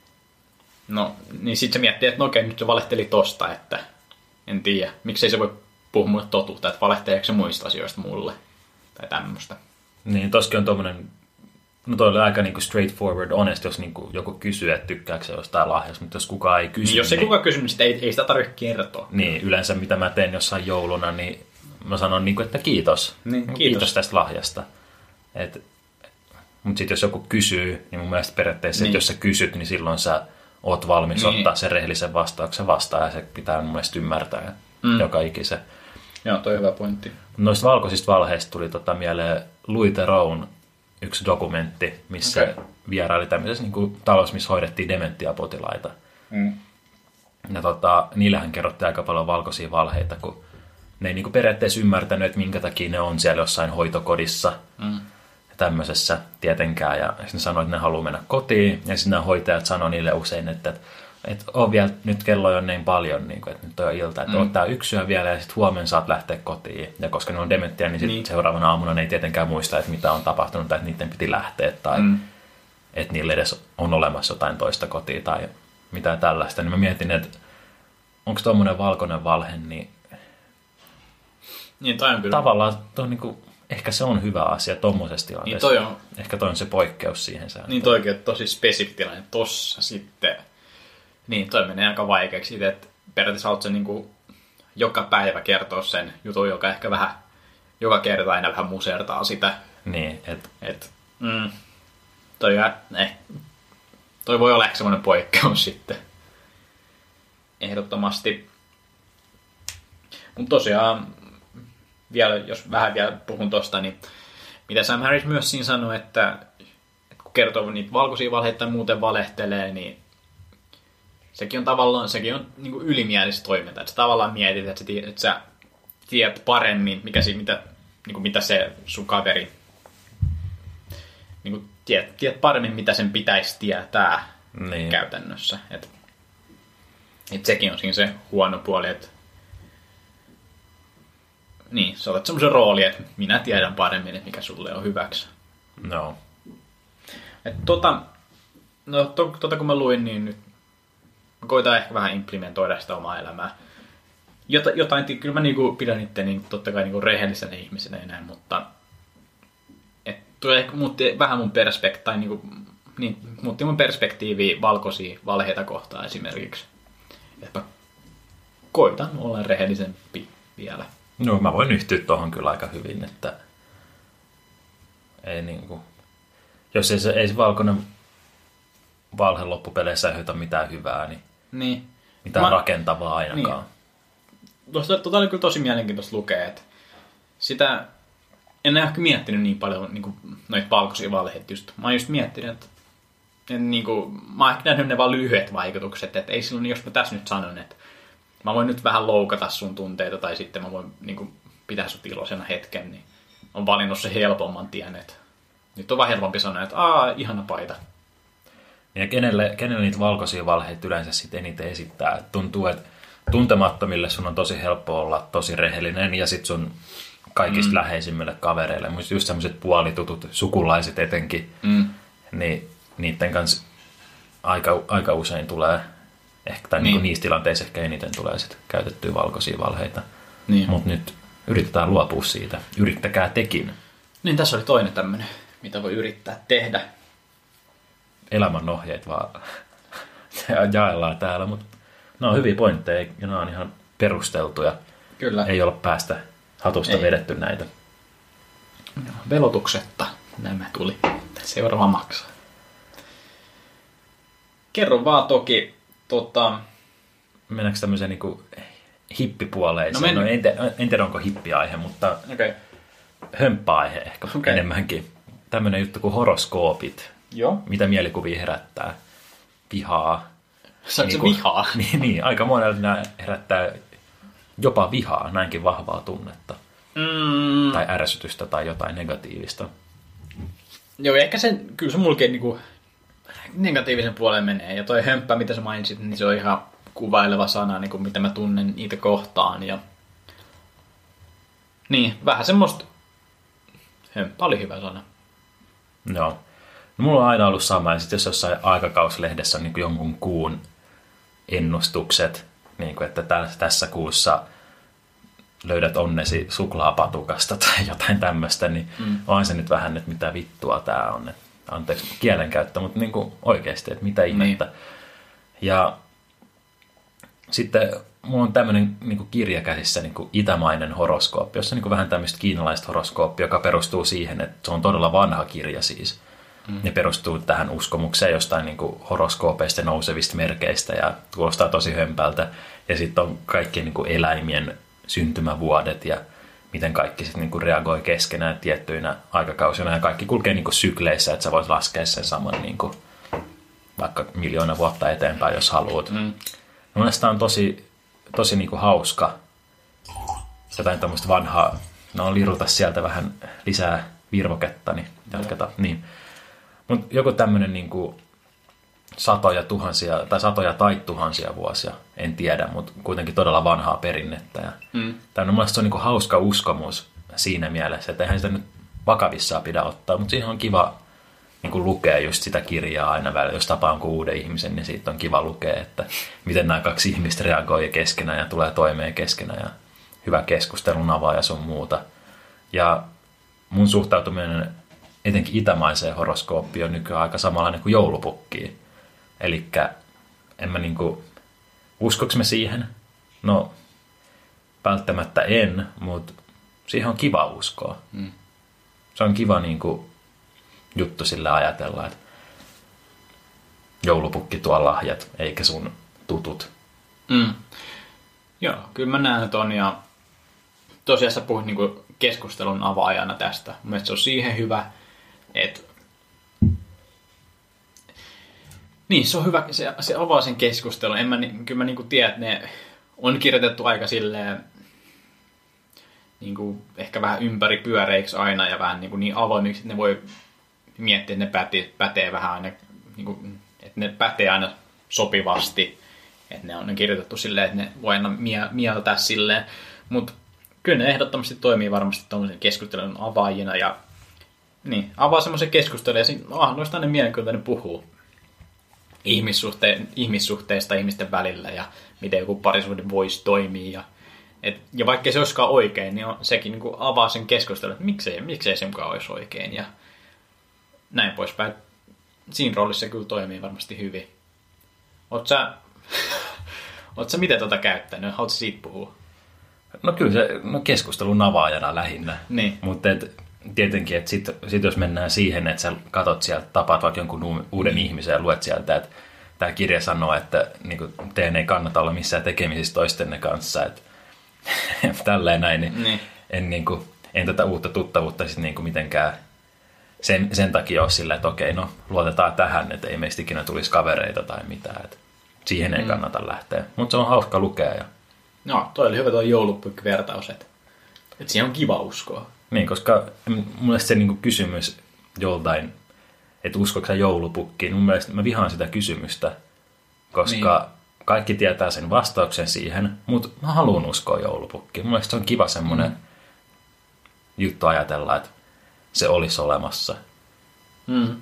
no, niin sit se miettii, että no okei, nyt se valehteli tosta, että en tiedä, miksei se voi puhua mulle totuutta, että valehteleeko se muista asioista mulle, tai tämmöistä. Niin, toskin on tommonen, no toi oli aika niinku straightforward, honest, jos niinku joku kysyy, että tykkääkö se jostain lahjasta, mutta jos kukaan ei kysy... Niin, jos ei niin, kukaan kysy, niin sitä ei, ei sitä tarvitse kertoa. Niin, yleensä mitä mä teen jossain jouluna, niin mä sanon niinku, että kiitos. Niin, kiitos. Kiitos tästä lahjasta. Et, mutta sitten jos joku kysyy, niin mun mielestä periaatteessa, niin. Että jos sä kysyt, niin silloin sä oot valmis niin. Ottaa sen rehellisen vastauksen vastaan, ja se pitää mun mielestä ymmärtää mm. joka ikisen. Joo, toi on hyvä pointti. Noista valkoisista valheista tuli tota mieleen Louis Theroun yksi dokumentti, missä okay. vieraili tämmöisessä niin kuin talossa, missä hoidettiin dementiapotilaita. Mm. Ja tota, niillähän kerrottiin aika paljon valkoisia valheita, kun ne ei niin kuin periaatteessa ymmärtänyt, että minkä takia ne on siellä jossain hoitokodissa mm. ja tämmöisessä tietenkään. Ja sitten ne sanoi, että ne haluaa mennä kotiin, ja sitten nämä hoitajat sanoi niille usein, että että on vielä, nyt kello on niin paljon, niin kuin, että nyt on jo ilta, että mm. ottaa yksi yö vielä ja sitten huomenna saat lähteä kotiin. Ja koska ne on dementtiä, niin, niin. seuraavana aamuna ne ei tietenkään muista, että mitä on tapahtunut tai että niiden piti lähteä tai mm. että niillä edes on olemassa jotain toista kotia tai mitään tällaista. Niin mä mietin, että onko tuommoinen valkoinen valhe, niin, niin toi on kyllä. Tavallaan toi on niin kuin, ehkä se on hyvä asia tuommoisessa tilanteessa. Niin toi on. Ehkä toi on se poikkeus siihen sääntöön. Niin toikin on tosi spesifi tilanne tossa sitten. Niin, toi menee aika vaikeaksi, että periaatteessa haluat sen niin kuin joka päivä kertoa sen jutun, joka ehkä vähän, joka kerta aina vähän musertaa sitä. Niin, et, et mm, toi, eh, toi voi olla ehkä semmoinen poikkeus sitten. Ehdottomasti. Mutta tosiaan, vielä, jos vähän vielä puhun tosta, niin mitä Sam Harris myös siinä sanoi, että, että kun kertoo niitä valkoisia valheita tai muuten valehtelee, niin sekin on tavallaan, sekin on niin kuin ylimielistä toimintaa. Että sä tavallaan mietit, että sä, tiedät, että sä tiedät paremmin, mikä si, mitä, niin kuin mitä se sun kaveri, niin kuin tiedät, tiedät paremmin, mitä sen pitäisi tietää niin. Käytännössä. Että et sekin on siinä se huono puoli, että niin, sä otat semmoisen rooli, että minä tiedän paremmin, että mikä sulle on hyväksi. No. Että tota, no, to, tota kun mä luin, niin nyt mä koitan ehkä vähän implementoida sitä omaa elämää. Jota, jotain, kyllä mä niinku pidän itse niin, totta kai niinku rehellisenä ihmisenä enää, mutta tulee, muutti vähän mun perspektiiviä, niin kuin, niin, muutti mun perspektiiviä valkoisia valheita kohtaan esimerkiksi. Että koitan olla rehellisempi vielä. No mä voin yhtyä tuohon kyllä aika hyvin, että ei niinku, jos ei se, ei se valkoinen valhe loppupeleissä aiheuta mitään hyvää, niin, niin. mitään mä, rakentavaa ainakaan. Niin. Tuosta, tuota oli kyllä tosi mielenkiintoista lukea, että sitä en ehkä miettinyt niin paljon niin kuin, noita valkoisia valheita just. Mä oon just miettinyt, että, että niin kuin, mä oon ehkä nähnyt ne vaan lyhyet vaikutukset, että ei silloin, jos mä tässä nyt sanon, että mä voin nyt vähän loukata sun tunteita tai sitten mä voin niin kuin, pitää sut iloisena hetken, niin on valinnut se helpomman tien, että nyt on vaan helpompi sanoa, että aah, ihana paita. Ja kenelle, kenelle niitä valkoisia valheita yleensä sitten eniten esittää? Tuntuu, että tuntemattomille sun on tosi helppo olla tosi rehellinen ja sit sun kaikista mm. läheisimmille kavereille, mutta just sellaiset puolitutut sukulaiset etenkin, mm. niin niiden kanssa aika, aika usein tulee, ehkä, tai niin. Niin niissä tilanteissa ehkä eniten tulee sit käytettyä valkoisia valheita. Niin. Mutta nyt yritetään luopua siitä. Yrittäkää tekin. Niin tässä oli toinen tämmöinen, mitä voi yrittää tehdä. Elämän ohjeet vaan jaellaan täällä, mutta nämä on hyviä pointteja ja nämä on ihan perusteltuja. Kyllä. Ei olla päästä hatusta Ei. vedetty näitä. Velotuksetta nämä tuli. Seuraava maksaa. Kerro vaan toki, tota... Mennäänkö tämmöiseen niin hippipuoleiseen? No, men... no en, tiedä, en tiedä, onko hippiaihe, mutta okay. hömppäaihe ehkä okay. enemmänkin. Tämmöinen juttu kuin horoskoopit. Joo. Mitä mielikuvia herättää? Vihaa. Saatko niin kuin, vihaa? Niin, niin, aika monella nämä herättää jopa vihaa, näinkin vahvaa tunnetta. Mm. Tai ärsytystä tai jotain negatiivista. Joo, ehkä sen, kyllä se mulkein niin kuin negatiivisen puoleen menee. Ja toi hömppä, mitä sä mainitsit, niin se on ihan kuvaileva sana, niin kuin mitä mä tunnen niitä kohtaan. Ja... Niin, vähän semmoista... Hömppä oli hyvä sana. Joo. No, mulla on aina ollut sama, ja sitten jos jossain aikakauslehdessä on niin kuin jonkun kuun ennustukset, niin kuin, että tässä kuussa löydät onnesi suklaapatukasta tai jotain tämmöistä, niin mm. on se nyt vähän, että mitä vittua tää on. Että, anteeksi kielenkäyttö, mutta niin kuin oikeasti, että mitä ihmettä. Niin. Ja sitten mulla on tämmöinen niin kuin kirja käsissä, niin kuin itämainen horoskooppi, jossa on niin kuin vähän tämmöistä kiinalaista horoskooppia, joka perustuu siihen, että se on todella vanha kirja siis. Mm. Ne perustuu tähän uskomukseen jostain niin kuin horoskoopeista nousevista merkeistä ja kuulostaa tosi hömpältä. Ja sitten on kaikki niin kuin eläimien syntymävuodet ja miten kaikki sitten niin kuin reagoi keskenään tiettyinä aikakausina. Ja kaikki kulkee niin kuin sykleissä, että sä voit laskea sen saman niin kuin vaikka miljoona vuotta eteenpäin, jos haluat. Mm. Mielestäni on tosi, tosi niin kuin hauska jotain tämmöistä vanhaa. No liruta sieltä vähän lisää virvoketta, niin jatketaan. Mm. Niin. Mutta joku tämmöinen niinku satoja tuhansia, tai satoja tai tuhansia vuosia, en tiedä, mutta kuitenkin todella vanhaa perinnettä. Ja mm. Tämä on mielestäni se on niinku hauska uskomus siinä mielessä, että eihän sitä nyt vakavissaan pidä ottaa, mutta siihen on kiva niinku lukea just sitä kirjaa aina välillä. Jos tapaa jonkun uuden ihmisen, niin siitä on kiva lukea, että miten nämä kaksi ihmistä reagoi keskenään ja tulee toimeen keskenään ja hyvä keskustelun avaa ja sun muuta. Ja mun suhtautuminen etenkin itämaiseen horoskooppiin on nykyään aika samanlainen kuin joulupukkiin. Elikkä en mä niinku, uskoks mä siihen? No, välttämättä en, mutta siihen on kiva uskoa. Mm. Se on kiva niinku juttu sillä ajatella, että joulupukki tuo lahjat, eikä sun tutut. Mm. Joo, kyllä mä näen ton ja tosiaan sä puhut niinku keskustelun avaajana tästä. Mun mielestä se on siihen hyvä, että niin, se on hyvä, se, se avaa sen keskustelun. En mä, kyllä mä niinku tiedän, että ne on kirjoitettu aika silleen niinku ehkä vähän ympäripyöreiksi aina ja vähän niinku niin avoimiksi, että ne voi miettiä, että ne pätee, pätee vähän aina, niinku, että ne pätee aina sopivasti. Että ne on kirjoitettu silleen, että ne voi aina mie- mieltää silleen. Mutta kyllä ne ehdottomasti toimii varmasti tuollaisen keskustelun avaajina ja niin, avaa semmoisen keskustelun ja mahdollistaa ne mielenkiintoinen puhuu ihmissuhte- ihmissuhteista ihmisten välillä ja miten joku parisuhde voisi toimia. Ja, et, ja vaikka se olisikaan oikein, niin on, sekin niin kuin avaa sen keskustelun, että miksei, miksei se mukaan olisi oikein. Ja näin poispäin. Siinä roolissa se kyllä toimii varmasti hyvin. Oot sä, oot sä miten tota käyttänyt? Haluatko siitä puhua? No kyllä se no keskustelun avaajana lähinnä. Niin. Mutta tietenkin, että sitten sit jos mennään siihen, että sä katot sieltä, tapaat vaikka jonkun uuden mm. ihmisen ja luet sieltä, että tämä kirja sanoo, että niin teidän ei kannata olla missään tekemisissä toistenne kanssa, että tälleen näin, niin, niin. En, niin kuin, en tätä uutta tuttavuutta sitten niin mitenkään sen, sen takia ole sillä, että okei, no luotetaan tähän, että ei meistä ikinä tulisi kavereita tai mitään, että siihen ei mm. kannata lähteä, mutta se on hauska lukea. Ja... No, toi oli hyvä tuo joulupukki-vertaus, että, että siihen on kiva uskoa. Niin, koska mun mielestä se niin kuin kysymys joltain, että uskoiko sä joulupukkiin, mun mielestä mä vihaan sitä kysymystä, koska niin. Kaikki tietää sen vastauksen siihen, mutta mä haluan uskoa joulupukkiin. Mun mielestä se on kiva semmoinen mm. juttu ajatella, että se olisi olemassa. Mm.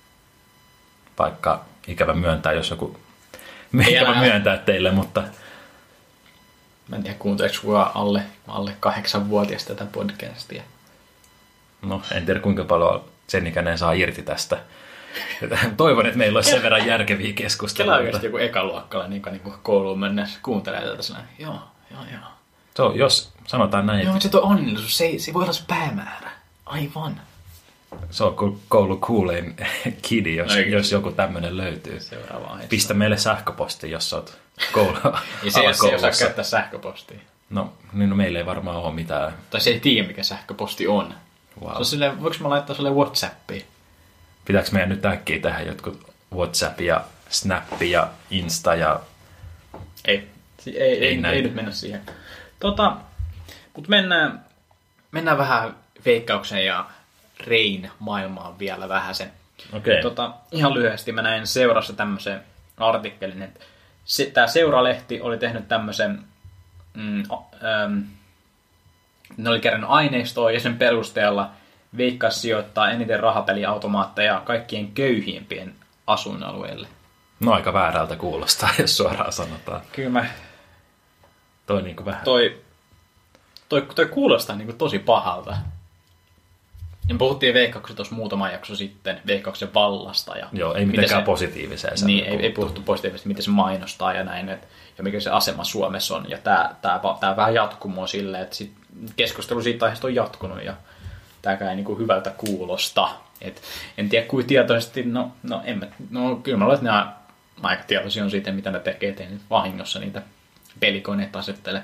Vaikka ikävä myöntää, jos joku ikävä myöntää teille, mutta... Mä en tiedä, kuunteleeko kukaan alle, alle kahdeksanvuotias tätä podcastia. No, en tiedä kuinka paljon sen ikäinen saa irti tästä. Toivon, että meillä olisi sen verran järkeviä keskusteluita. Kela oikeasti joku ekaluokkalainen, joka niin kouluun mennessä kuuntelee tätä sanaa. Joo, joo, joo. So, jos sanotaan näin... Joo, mutta se tuo onnellisuus, se ei, se voi olla se päämäärä. Aivan. Se on koulu kuulein kidi, jos, jos joku tämmöinen löytyy. Seuraava aihe. Pistä meille sähköposti, jos olet koulu ja se, se ei osaa käyttää sähköpostia. No, niin no, meillä ei varmaan ole mitään. Tai se ei tiedä, mikä sähköposti on. Wow. Se on silleen, voinko mä laittaa sulle WhatsAppiin? Pitääkö meidän nyt äkkiä tähän jotkut WhatsApp ja Snap ja Insta ja... Ei, ei, ei, ei, ei nyt mennä siihen. Tota, mutta mennään, mennään vähän Veikkauksen ja Rein maailmaan vielä vähän sen. Okay. Tota, ihan lyhyesti mä näin Seurassa tämmöisen artikkelin, että se, tämä Seura-lehti oli tehnyt tämmöisen, mm, ähm, ne oli kerännyt aineistoa ja sen perusteella Veikkaus sijoittaa eniten rahapeliautomaatteja kaikkien köyhimpien asuinalueille. No aika väärältä kuulostaa, jos suoraan sanotaan. Kyllä mä... Toi niinku vähän... Toi, toi, toi kuulostaa niinku tosi pahalta. Ja me puhuttiin Veikkauksen tuossa muutama jakso sitten, Veikkauksen vallasta. Ja joo, ei mitenkään positiiviseen. Niin, ei, ei puhuttu positiivisesti, miten se mainostaa ja näin, et, ja mikä se asema Suomessa on. Ja tää, tää, tää vähän jatkumoa silleen, että sit keskustelu siitä aiheesta on jatkunut ja tääkään ei niinku hyvältä kuulosta. Et, en tiedä kuin tietoisesti, no, no, en mä, no kyllä mä luulen, että ne aika tietoisia on siitä, mitä ne tekee, ettei nyt vahingossa niitä pelikoneita asettele.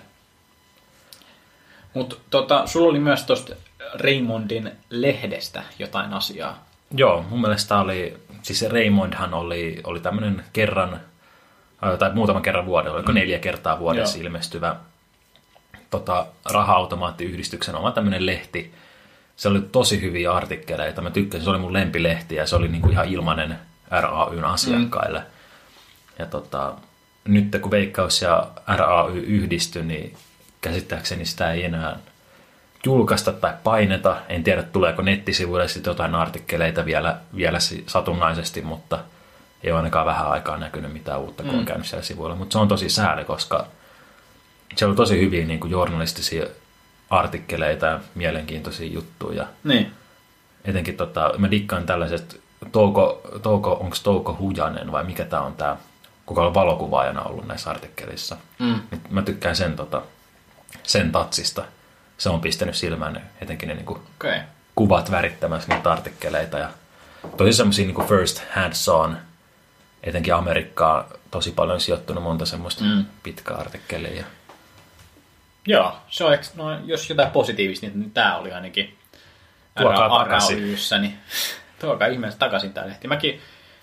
Mutta tota, sulla oli myös tuosta Raymondin lehdestä jotain asiaa. Joo, mun mielestä oli, siis Raymondhan oli, oli tämmöinen kerran, tai muutaman kerran vuodella, oliko mm. neljä kertaa vuodessa Joo. ilmestyvä tota, raha-automaattiyhdistyksen oma tämmöinen lehti. Se oli tosi hyviä artikkeleita, mä tykkäsin, se oli mun lempilehti ja se oli niinku ihan ilmainen R A Y:n asiakkaille. Mm. Ja tota, nyt kun Veikkaus ja R A Y yhdistyi, niin käsittääkseni sitä ei enää julkaista tai paineta. En tiedä, tuleeko nettisivuille sitten jotain artikkeleita vielä, vielä satunnaisesti, mutta ei ole ainakaan vähän aikaa näkynyt mitään uutta, kun on käynyt siellä sivuilla. Mutta se on tosi sääli, koska siellä on tosi hyviä niin kuin journalistisia artikkeleita ja mielenkiintoisia juttuja. Niin. Etenkin tota, mä dikkaan tällaisesta, Touko, Touko, onko Touko Hujanen vai mikä tämä on tämä, kuka on valokuvaajana ollut näissä artikkelissa. Mm. Mä tykkään sen, tota, sen tatsista. Se on pistänyt silmään etenkin ne niin kuin okay. kuvat värittämässä niitä artikkeleita. Ja tosi semmoisia niin kuin first hands on, etenkin Amerikkaan tosi paljon sijoittunut monta semmoista mm. pitkää artikkelia. Joo, se on, no, jos jotain positiivista, niin tämä oli ainakin R A Y:ssä, niin tuokaa ihmeessä takaisin tämä lehti. Mäkin,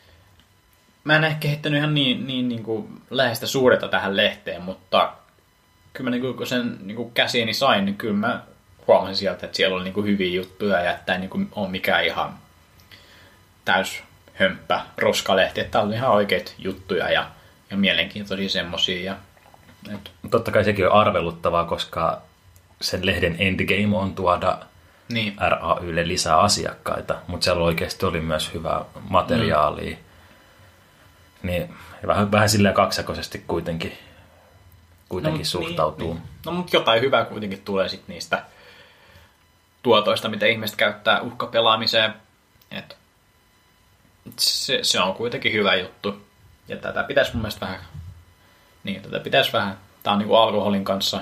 mä en ehkä kehittänyt ihan niin, niin, niin kuin läheistä suureta tähän lehteen, mutta kyllä mä niin kun sen niin käsiini sain, niin kyllä mä huomasin sieltä, että siellä oli niin hyviä juttuja ja että ei niin ole mikään ihan täys hömppä roskalehti, että täällä oli ihan oikeita juttuja ja, ja mielenkiintoisia semmosia. Et... Totta kai sekin on arveluttavaa, koska sen lehden endgame on tuoda niin. R A Y:lle lisää asiakkaita, mutta siellä oikeasti oli myös hyvää materiaalia. Mm. Niin vähän, vähän silleen kaksijakoisesti kuitenkin. kuitenkin no, suhtautuu. Niin, niin. No mutta jotain hyvää kuitenkin tulee sitten niistä tuotoista, mitä ihmiset käyttää uhkapelaamiseen. Et Se, se on kuitenkin hyvä juttu. Ja tätä pitäisi mun mielestä vähän... Niin, tätä pitäisi vähän... Tää on niinku alkoholin kanssa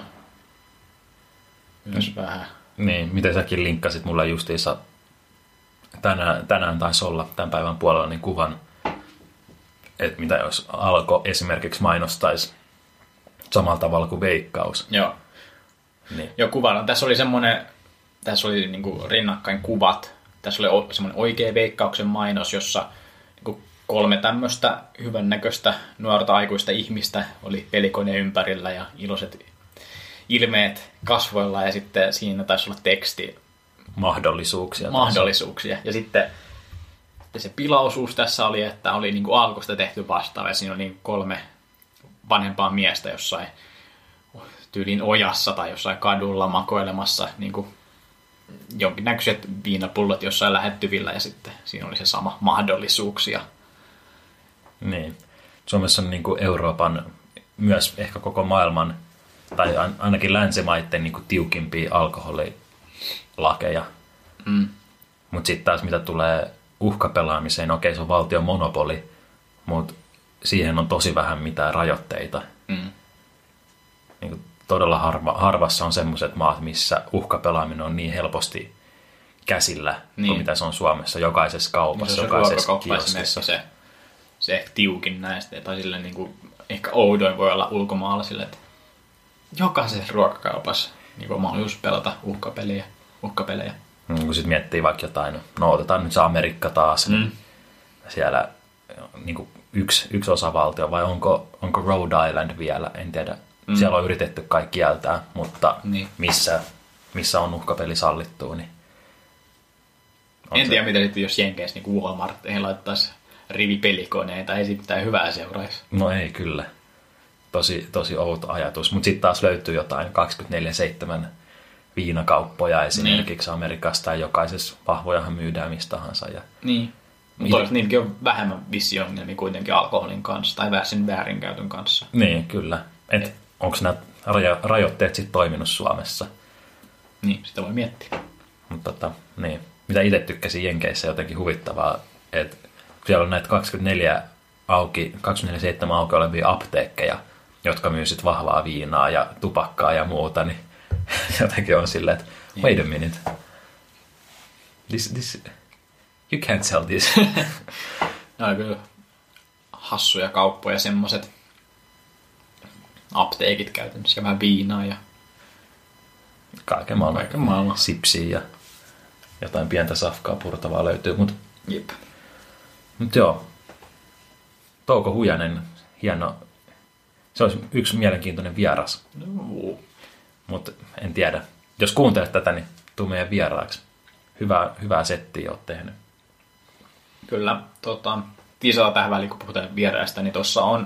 myös mm. vähän... Niin, miten säkin linkkasit mulle justiinsa tänään, tänään taisi olla tämän päivän puolella niin kuvan, että mitä jos Alko esimerkiksi mainostaisi samalla tavalla kuin Veikkaus. Joo. Niin. Joo, kuvalla. Tässä oli semmoinen, tässä oli niinku rinnakkain kuvat. Tässä oli semmoinen oikea Veikkauksen mainos, jossa niinku kolme tämmöistä hyvännäköistä nuorta aikuista ihmistä oli pelikoneen ympärillä ja iloiset ilmeet kasvoilla ja sitten siinä taisi olla teksti. Mahdollisuuksia. Mahdollisuuksia. Ja sitten se pilaosuus tässä oli, että oli niinku Alkosta tehty vastaava ja siinä oli niinku kolme vanhempaa miestä jossain tyylin ojassa tai jossain kadulla makoilemassa niinku jonkinnäköiset viinapullot jossain lähettyvillä ja sitten siinä oli se sama mahdollisuuksia. Niin. Suomessa on niin kuin Euroopan, myös ehkä koko maailman, tai ainakin länsimaiden niin kuin tiukimpia alkoholilakeja. Mm. Mutta sitten taas mitä tulee uhkapelaamiseen, okei se on valtion monopoli, mutta siihen on tosi vähän mitään rajoitteita. Mm. Niin kuin todella harva, harvassa on semmoiset maat, missä uhkapelaaminen on niin helposti käsillä, niin. kuin mitä se on Suomessa. Jokaisessa kaupassa, se jokaisessa kioskissa. Se, se ehkä tiukin näistä, tai silleen niin kuin, ehkä oudoin voi olla ulkomailla sille, että jokaisessa ruokakaupassa niin on mahdollisuus pelata uhkapeliä. uhkapelejä. Mm, kun sitten miettii vaikka jotain, no otetaan nyt se Amerikka taas, mm. niin siellä niin kuin yksi, yksi osavaltio, vai onko, onko Rhode Island vielä, en tiedä. Mm. Siellä on yritetty kaikki kieltää, mutta niin. missä, missä on uhkapeli sallittua, niin en se... tiedä, mitä sitten jos Jenkeissä niin Walmart ei laittaisi rivipelikoneita, ei sitten mitään hyvää seuraisi. No ei kyllä. Tosi, tosi outo ajatus. Mutta sitten taas löytyy jotain kaksikymmentäneljä seitsemän viinakauppoja esimerkiksi niin. Amerikasta, ja jokaisessa vahvojahan myydään mistä tahansa. Ja... Niin. Mutta toisaalta niilläkin on vähemmän vissi-ongelmia kuitenkin alkoholin kanssa tai sen väärinkäytön kanssa. Niin, kyllä. Et, Et... Onko nämä rajo- rajoitteet sitten toiminut Suomessa? Niin, sitä voi miettiä. Mutta tota, niin. Mitä itse tykkäsin Jenkeissä jotenkin huvittavaa, että siellä on näitä kaksikymmentäneljä auki, kaksikymmentäneljä seitsemän auki olevia apteekkeja, jotka myy sit vahvaa viinaa ja tupakkaa ja muuta, niin jotenkin on silleen, että wait a minute. This, this, you can't sell this. Ne on kyllä hassuja kauppoja, semmoset apteekit käytännössä ja vähän viinaa ja kaiken maailman, kaiken maailman. Sipsiä ja jotain pientä safkaa purtavaa löytyy, mutta Jep. Mut joo, Touko Hujanen, hieno, se olisi yksi mielenkiintoinen vieras, no. mutta en tiedä. Jos kuuntelet tätä, niin tuu meidän vieraaksi. Hyvää, hyvää settiä oot tehnyt. Kyllä, tota, tiisalla tähän väliin, kun puhutaan vieraista, niin tuossa on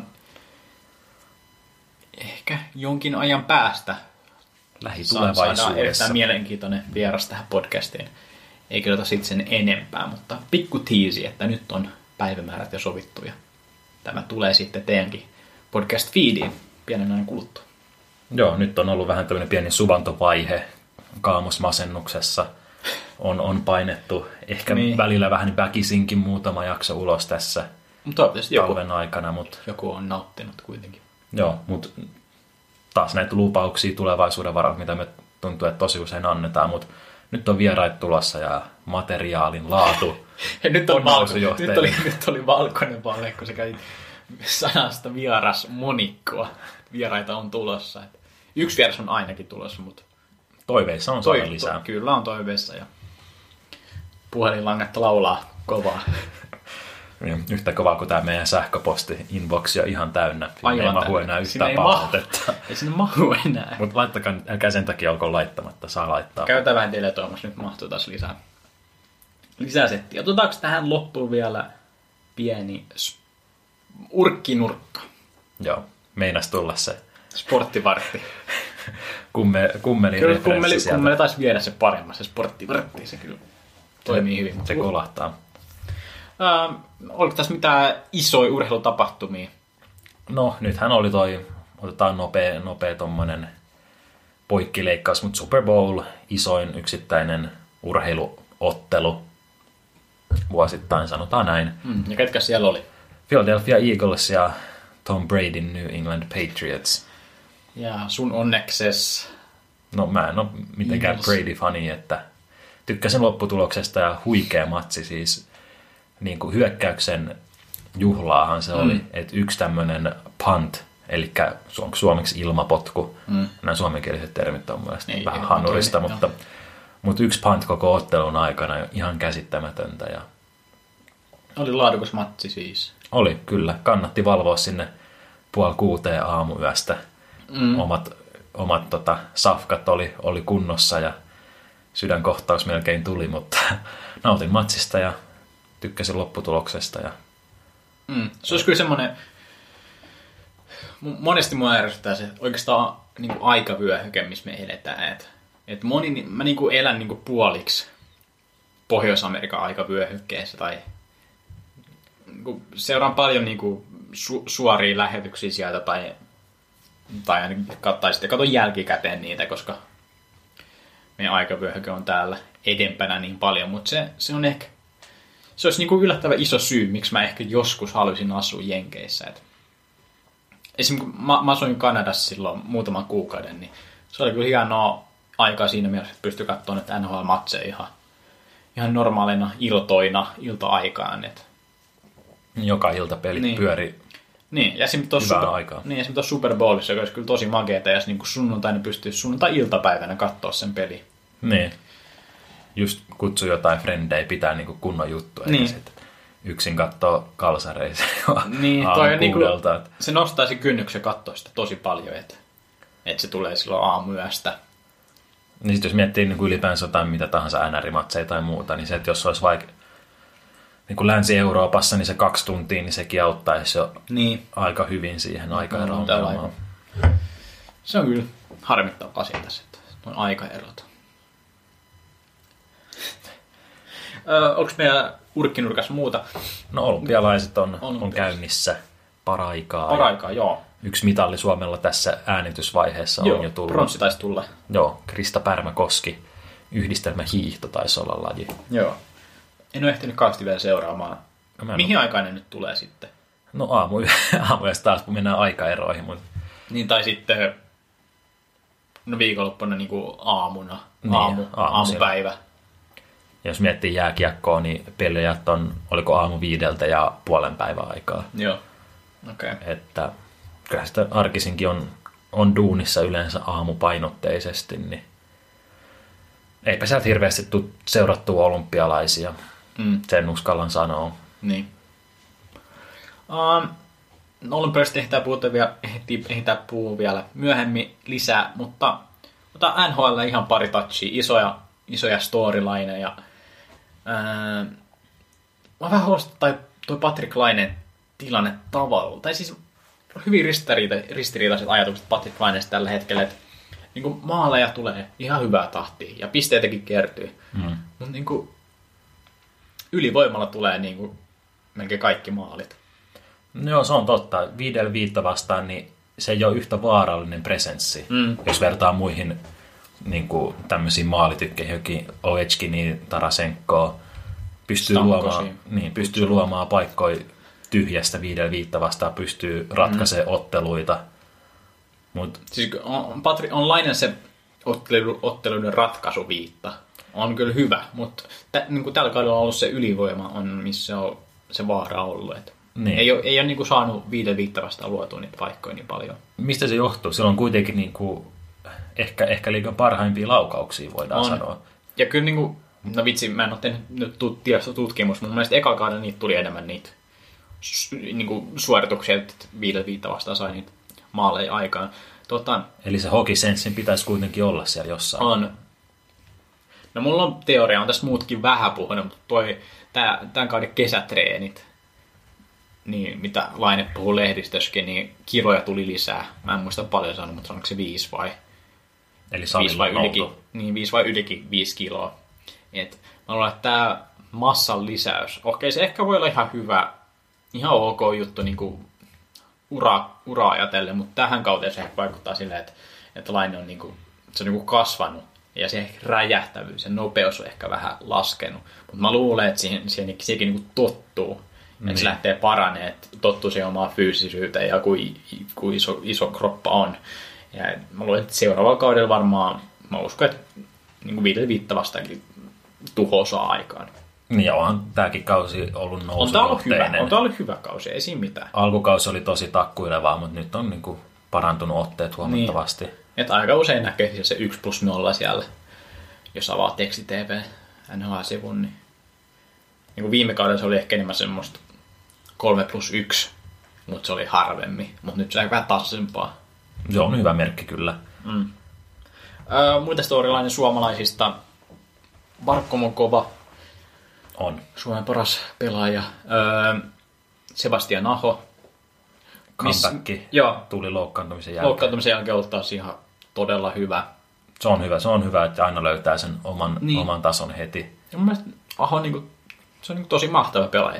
ehkä jonkin ajan päästä lähitulevaisuudessa erittäin mielenkiintoinen vieras tähän podcastiin. Ei kerrota sitten sen enempää, mutta pikku tiisi, että nyt on päivämäärät jo sovittu ja tämä tulee sitten teidänkin podcast-feediin pienen ajan kuluttua. Joo, nyt on ollut vähän tämmöinen pieni suvantovaihe kaamosmasennuksessa. On, on painettu ehkä niin. Välillä vähän väkisinkin muutama jakso ulos tässä talven joku, aikana. Mutta... joku on nauttinut kuitenkin. Joo, mutta taas näitä lupauksia tulevaisuuden varalta, mitä me tuntuu, että tosi usein annetaan, mutta nyt on vieraita tulossa ja materiaalin laatu ja nyt, on valko, nyt, oli, nyt oli valkoinen valhe, kun sä kävit sanasta vieras monikkoa. Vieraita on tulossa. Yksi vieras on ainakin tulossa, mutta toiveissa on saada lisää. Kyllä on toiveissa ja puhelinlangat laulaa kovaa. Yhtä kovaa kuin tämä meidän sähköposti-inboxi on ihan täynnä. Sinne Aivan ei mahu enää yhtään palautetta. Ei sinne mahu enää. Mutta laittakaa, älkää sen takia olkoon laittamatta, saa laittaa. Käytetään vähän deletoimassa, nyt mahtuu taas lisää. Lisää settiä. Otetaanko tähän loppuun vielä pieni sp- urkkinurkka? Joo, meinas tulla se. Sporttivartti. Kumme, kummelin kyllä kummeli, kummeli taisi viedä se paremmin, se sporttivartti. Se kyllä toimii hyvin. Se kolahtaa. Ähm, oliko tässä mitään isoja urheilutapahtumia? No, nythän oli toi, otetaan nopea, nopea tommonen poikkileikkaus, mutta Super Bowl, isoin yksittäinen urheiluottelu vuosittain, sanotaan näin. Mm. Ja ketkä siellä oli? Philadelphia Eagles ja Tom Bradyn New England Patriots. Ja sun onnekses? No mä en ole mitenkään Eagles. Brady-fani, että tykkäsin lopputuloksesta ja huikea matsi siis. Niin kuin hyökkäyksen juhlaahan se mm. oli, että yksi tämmöinen punt, eli suomeksi ilmapotku, mm. nämä suomenkieliset termit on mielestäni Ei, vähän ei, hanurista, toimi, mutta, mutta yksi punt koko ottelun aikana ihan käsittämätöntä. Ja oli laadukas matsi siis. oli, kyllä. Kannatti valvoa sinne puoli kuuteen aamuyöstä. Mm. Omat, omat tota, safkat oli, oli kunnossa ja sydänkohtaus melkein tuli, mutta nautin matsista ja tykkäsin lopputuloksesta. Ja Mm. Se olisi kyllä semmoinen, monesti mua ärsyttää se oikeastaan niin kuin aikavyöhyke, missä me eletään. Et, et moni, mä niin kuin elän niin kuin puoliksi Pohjois-Amerikan aikavyöhykkeessä tai niin kuin seuraan paljon niin kuin su, suoria lähetyksiä sieltä tai, tai, ainakin, tai sitten katon jälkikäteen niitä, koska meidän aikavyöhyke on täällä edempänä niin paljon, mutta se, se on ehkä se olisi niin kuin yllättävän iso syy, miksi mä ehkä joskus haluaisin asua Jenkeissä. Et esimerkiksi kun mä, mä asuin Kanadassa silloin muutaman kuukauden, niin se oli kyllä hienoa aikaa siinä mielessä, että pystyi katsomaan että N H L-matseja ihan, ihan normaalina iltoina, ilta-aikaan. Et. Joka ilta pelit niin. pyöri niin, ja esimerkiksi hyvää super, aikaa. Niin, esimerkiksi Super Bowlissa, joka olisi kyllä tosi makeeta, ja niin sunnuntaina pystyisi sunnuntai-iltapäivänä katsoa sen peli. Niin. Just kutsui jotain frendejä pitää niinku kunnon juttu, eikä niin. sitten yksin katsoo kalsareissa niin, aamu niinku, kuudelta. Että se nostaisi kynnyksen katsoa sitä tosi paljon, että, että se tulee silloin aamuyöstä. niin sitten jos miettii niin kuin ylipäänsä jotain mitä tahansa N R-matseja tai muuta, niin se, että jos olisi vaikka niin kuin Länsi-Euroopassa, niin se kaksi tuntia, niin sekin auttaisi jo niin. aika hyvin siihen aikaeroon. No, se on kyllä harmittava asia tässä, että on aikaerot. Öö, onko meillä urkkinurkassa muuta? No olympialaiset on, on, on käynnissä paraikaa. Paraikaa, joo. Yksi mitalli Suomella tässä äänitysvaiheessa joo, on jo tullut. Pronssi taisi tulla. Joo, Krista Pärmäkoski. Yhdistelmähiihto taisi olla laji. Joo. En ole ehtinyt kauheasti vielä seuraamaan. No, mihin aikaan ne nyt tulee sitten? No aamu, aamuyöstä taas, kun mennään aikaeroihin. Mutta niin, tai sitten no viikonloppuna niin kuin aamuna, niin, aamu, aamupäivä. Ja jos miettii jääkiekkoa, niin pelijät on, oliko aamu viideltä ja puolen päivän aikaa. Joo, okei. Okay. Että kyllä sitä arkisinkin on, on duunissa yleensä aamupainotteisesti, niin eipä sieltä hirveästi tule seurattua olympialaisia. Mm. Sen uskallan sanoa. Niin. Um, olympialaisista ehditään puhua vielä, ehditään puhua vielä myöhemmin lisää, mutta otetaan N H L ihan pari touchia, isoja, isoja storylineja. Ää, mä vähän huolestuttaa toi Patrick Laineen tilanne tavalla. Tai siis hyvin ristiriita, ristiriitaiset ajatukset Patrick Laineesta tällä hetkellä, että niin maaleja tulee ihan hyvää tahtia ja pisteitäkin kertyy. Mm. Mutta niin ylivoimalla tulee niin kuin melkein kaikki maalit. No joo, se on totta. Viidellä viittä vastaan, niin se ei ole yhtä vaarallinen presenssi, mm. jos vertaa muihin niin kuin tämmöisiin maalitykkeihin, jokin Ovechkiniin, Tarasenkoon, pystyy, luomaan, niin, pystyy luomaan paikkoja tyhjästä viidellä viittä vastaan, pystyy ratkaisemaan mm. otteluita. Mut siis on, Patri, on Lainen se ottelu, otteluiden ratkaisuviitta. On kyllä hyvä, mutta tä, niin kuin tällä kaudella on ollut se ylivoima, on, missä on se vaara ollut. Et niin. Ei ole, ei ole niin kuin saanut viiden viittä vastaan luotua niitä paikkoja niin paljon. Mistä se johtuu? Sillä on kuitenkin niin kuin, ehkä, ehkä liigan parhaimpia laukauksia, voidaan on. sanoa. Ja kyllä, niin kuin, no vitsi, mä en ole tehnyt nyt tutkimus, mutta mun mielestä eka kaudella niitä tuli enemmän niitä niin kuin suorituksia, että viiden viittä vastaan sai niitä maaleja aikaan. Tota, Eli se hokisenssin pitäisi kuitenkin olla siellä jossain. On. No mulla on teoria, on tässä muutkin vähän puhunut, mutta toi, tää, tämän kauden kesätreenit, niin mitä Laine puhuu lehdistössäkin, niin kiloja tuli lisää. Mä en muista paljon sanonut, mutta onko se viisi vai? Eli viisi vai ylikin, niin viisi vai ylikin viisi kiloa. Et mä luulen, että tää massan lisäys, okei se ehkä voi olla ihan hyvä, ihan ok juttu niin kuin ura, ura ajatellen, mutta tähän kauteen se vaikuttaa silleen, että, että Laine on, niin kuin, se on niin kuin kasvanut Ja se ehkä räjähtävyys ja nopeus on ehkä vähän laskenut. Mutta mä luulen, että siihen, siihen, siihen niin tottuu. Niin. Että se lähtee paranemaan, että tottuu siihen omaan fyysisyyteen ja kuin, kuin iso, iso kroppa on. Ja mä luulen, että seuraavalla kaudella varmaan, mä uskon, että niin Ville Viitta vastaankin tuho saa aikaan. Niin, onhan tämäkin kausi ollut nousujohteinen. On tämä ollut hyvä, on tämä ollut hyvä kausi, ei siinä mitään. Alkukausi oli tosi takkuilevaa, mutta nyt on niin kuin parantunut otteet huomattavasti. Niin. Että aika usein näkee se yksi plus nolla siellä, jos avaa teksti-T V N H L-sivun. Niin, niin kuin viime kaudella se oli ehkä enemmän semmoista kolme plus yksi, mutta se oli harvemmin. Mutta nyt se on vähän tasaisempaa. Se on hyvä merkki kyllä. Mm. Öö, muita storyline suomalaisista. Barkko Mokova. On. Suomen paras pelaaja. Öö, Sebastian Aho. Comeback Joo. Tuli loukkaantumisen jälkeen. Loukkaantumisen jälkeen ollut taas ihan todella hyvä. Se on hyvä. Se on hyvä, että aina löytää sen oman, niin. oman tason heti. Ja mun mielestä Aho on, niin kuin, se on niin kuin tosi mahtava pelaaja.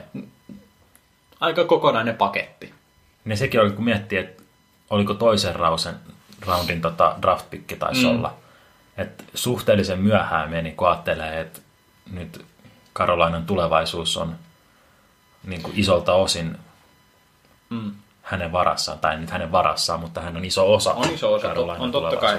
Aika kokonainen paketti. Niin sekin oli, kun miettii, että oliko toisen rausen, roundin tota draft-pikki taisi mm. olla. Että suhteellisen myöhään meni, kun ajattelee, että nyt Carolinan tulevaisuus on niin kuin isolta osin mm. hänen varassaan, tai nyt hänen varassaan, mutta hän on iso osa, on iso osa Carolinan on totta kai.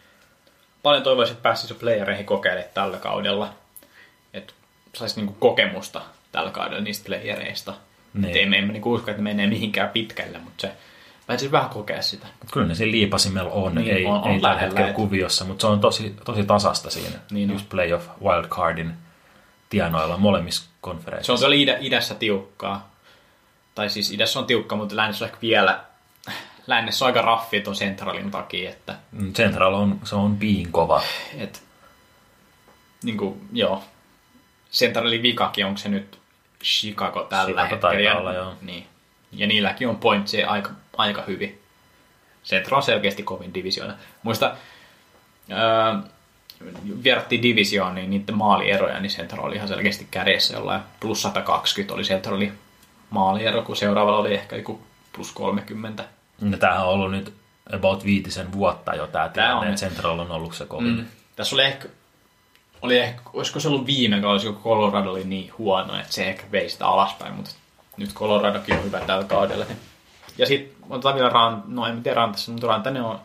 Paljon toivoisin, että pääsisi jo playereihin kokeilemaan tällä kaudella. Että saisi niinku kokemusta tällä kaudella niistä playereista. Niin. Emme emme niinku usko, että menee mihinkään pitkälle, mutta se pääsisi vähän kokea sitä. Kyllä ne siinä liipasimella on, niin, ei, on, on ei tällä hetkellä kuviossa, mutta se on tosi, tosi tasasta siinä. Niin just playoff wildcardin tienoilla molemmissa konferensseissa. Se on tuolla idä, idässä tiukkaa. Tai siis idässä on tiukka, mutta lännessä on ehkä vielä... Lännessä on aika raffi tuon Centralin takia, että... Central on, se on piin kova. Et, niin kuin, joo. Centralin vikakin, onko se nyt Chicago tällä Chicago hetkellä? Olla, joo. Niin. Ja niilläkin on pointsia aika, aika hyvin. Central on selkeästi kovin divisioona. Muista, öö, vierattiin divisioon, niin niiden maalieroja, niin Central oli ihan selkeästi kärjessä jollain. Plus sata kaksikymmentä oli Centralin maaliero, kun seuraavalla oli ehkä joku plus kolmekymmentä. Ja tämähän on ollut nyt about viitisen vuotta jo tämä tilanne, että Central on ollut se kovin. Mm. Tässä oli ehkä, oli ehkä, olisiko se ollut viime kausi, kun Colorado oli niin huono, että se ehkä vei sitä alaspäin, mutta nyt Coloradokin on hyvä tällä kaudella. Ja sitten otetaan vielä Rant, no en tiedä Rantassa, mutta Rantanen on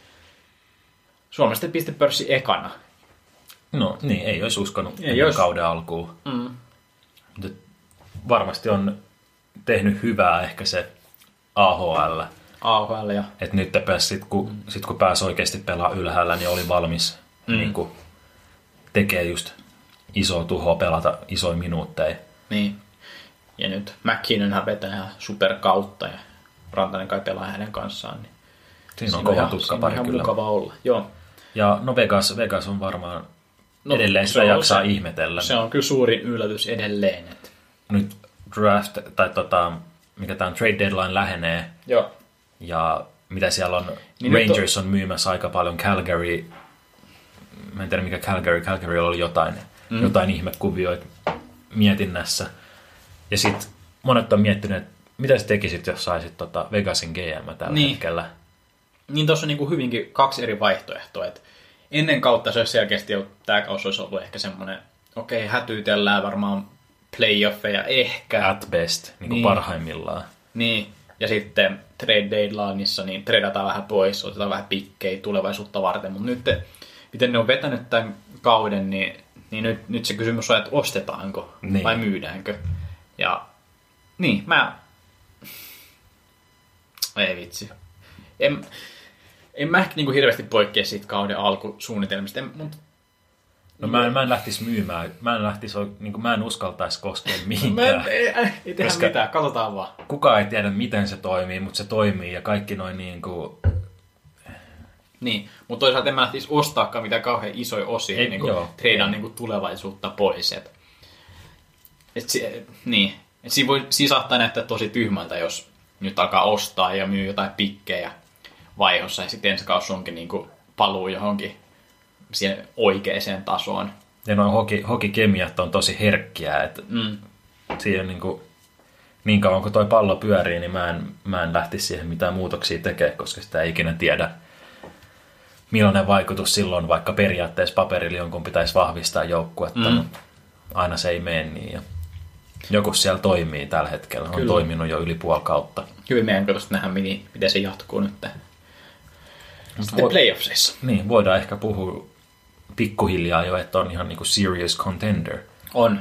Suomesta pistepörssi ekana. No niin, ei olisi uskonut ei olisi. Kauden alkuun. Mm. Mutta varmasti on tehnyt hyvää ehkä se A H L. A H L, ja. Että nyt sit, kun, mm. sit, kun pääsi oikeasti pelaamaan ylhäällä, niin oli valmis mm. niin kuin, tekee just isoa tuhoa, pelata isoja minuutteja. Niin. Ja nyt McKinnonhan vetää ihan superkautta ja Rantanen kai pelaa hänen kanssaan. Niin siinä on kova tutkapari kyllä. Siinä on mukava olla, joo. Ja no Vegas, Vegas on varmaan no, edelleen sitä jaksaa se, ihmetellä. Se on kyllä suurin yllätys edelleen. Että... Nyt draft, tai tota, mikä tämä trade deadline lähenee. Joo. Ja mitä siellä on, niin Rangers on... on myymässä aika paljon Calgary, mä en tiedä mikä Calgary, Calgary oli jotain, mm. jotain ihmekuvioita mietinnässä. Ja sitten monet on miettinyt, että mitä sä tekisit, jos saisit tota Vegasin G M tällä niin. hetkellä. Niin tuossa on niinku hyvinkin kaksi eri vaihtoehtoa. Et ennen kautta se olisi selkeästi, tämä kausi olisi ollut ehkä semmoinen, okei, okay, hätyytellään varmaan playoffeja ehkä. At best, niin kuin niin. parhaimmillaan. Niin, ja sitten trade deadlineissa niin tradeataan vähän pois, otetaan vähän pikkejä tulevaisuutta varten. Mutta nyt, miten ne on vetänyt tämän kauden, niin, niin nyt, nyt se kysymys on, että ostetaanko niin. vai myydäänkö. Ja niin, mä... Ei vitsi. En, en mä ehkä niin kuin hirveästi poikkea siitä kauden alkusuunnitelmista, en, mutta... No mä en, mä en lähtisi myymään, mä en, lähtisi, niin kuin, mä en uskaltaisi koskea mihinkään. Mä, ei, ei tehdä mitään, katsotaan vaan. Kukaan ei tiedä, miten se toimii, mutta se toimii ja kaikki noin niin kuin... Niin, mutta toisaalta en mä lähtisi ostaakaan mitään kauhean isoja osia, ei, niin kuin treidaan niin kuin tulevaisuutta pois. Et, et si, niin, et siinä, voi, siinä saattaa näyttää tosi tyhmältä, jos nyt alkaa ostaa ja myy jotain pikkejä vaihossa ja sitten ensi kausi onkin niin kuin paluu johonkin siihen oikeaan tasoon. Ja noin hoki, hokikemiat on tosi herkkiä, että mm. siihen niin, kuin, niin kauan kun toi pallo pyörii, niin mä en, mä en lähtisi siihen mitään muutoksia tekemään, koska sitä ei ikinä tiedä, millainen vaikutus silloin, vaikka periaatteessa paperilla jonkun pitäisi vahvistaa joukkuetta, mm. mutta aina se ei mene niin. Ja joku siellä toimii tällä hetkellä, on Kyllä. toiminut jo yli puoli kautta. Hyvin mielenkiintoista nähdä, miten se jatkuu nyt sitten Vo- playoffseissa. Niin, voidaan ehkä puhua pikkuhiljaa jo, että on ihan niinku serious contender. On.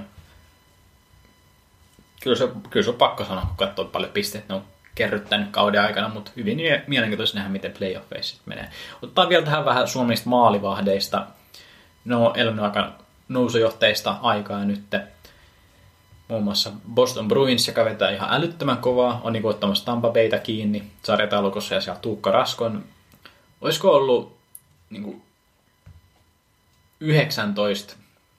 Kyllä se, kyllä se on pakko sanoa, kun katsoo paljon pisteet ne on kerryttänyt kauden aikana, mutta hyvin mielenkiintoista nähdä, miten playoffeissa menee. Otetaan vielä tähän vähän Suomista maalivahdeista. No, elänyt aika nousujohteista aikaa nyt. Muun muassa Boston Bruins, joka vetää ihan älyttömän kovaa, on niin ottamassa Tampa Bayta kiinni sarjataulukossa ja siellä Tuukka Raskon. Olisiko ollut niin kuin yhdeksäntoista,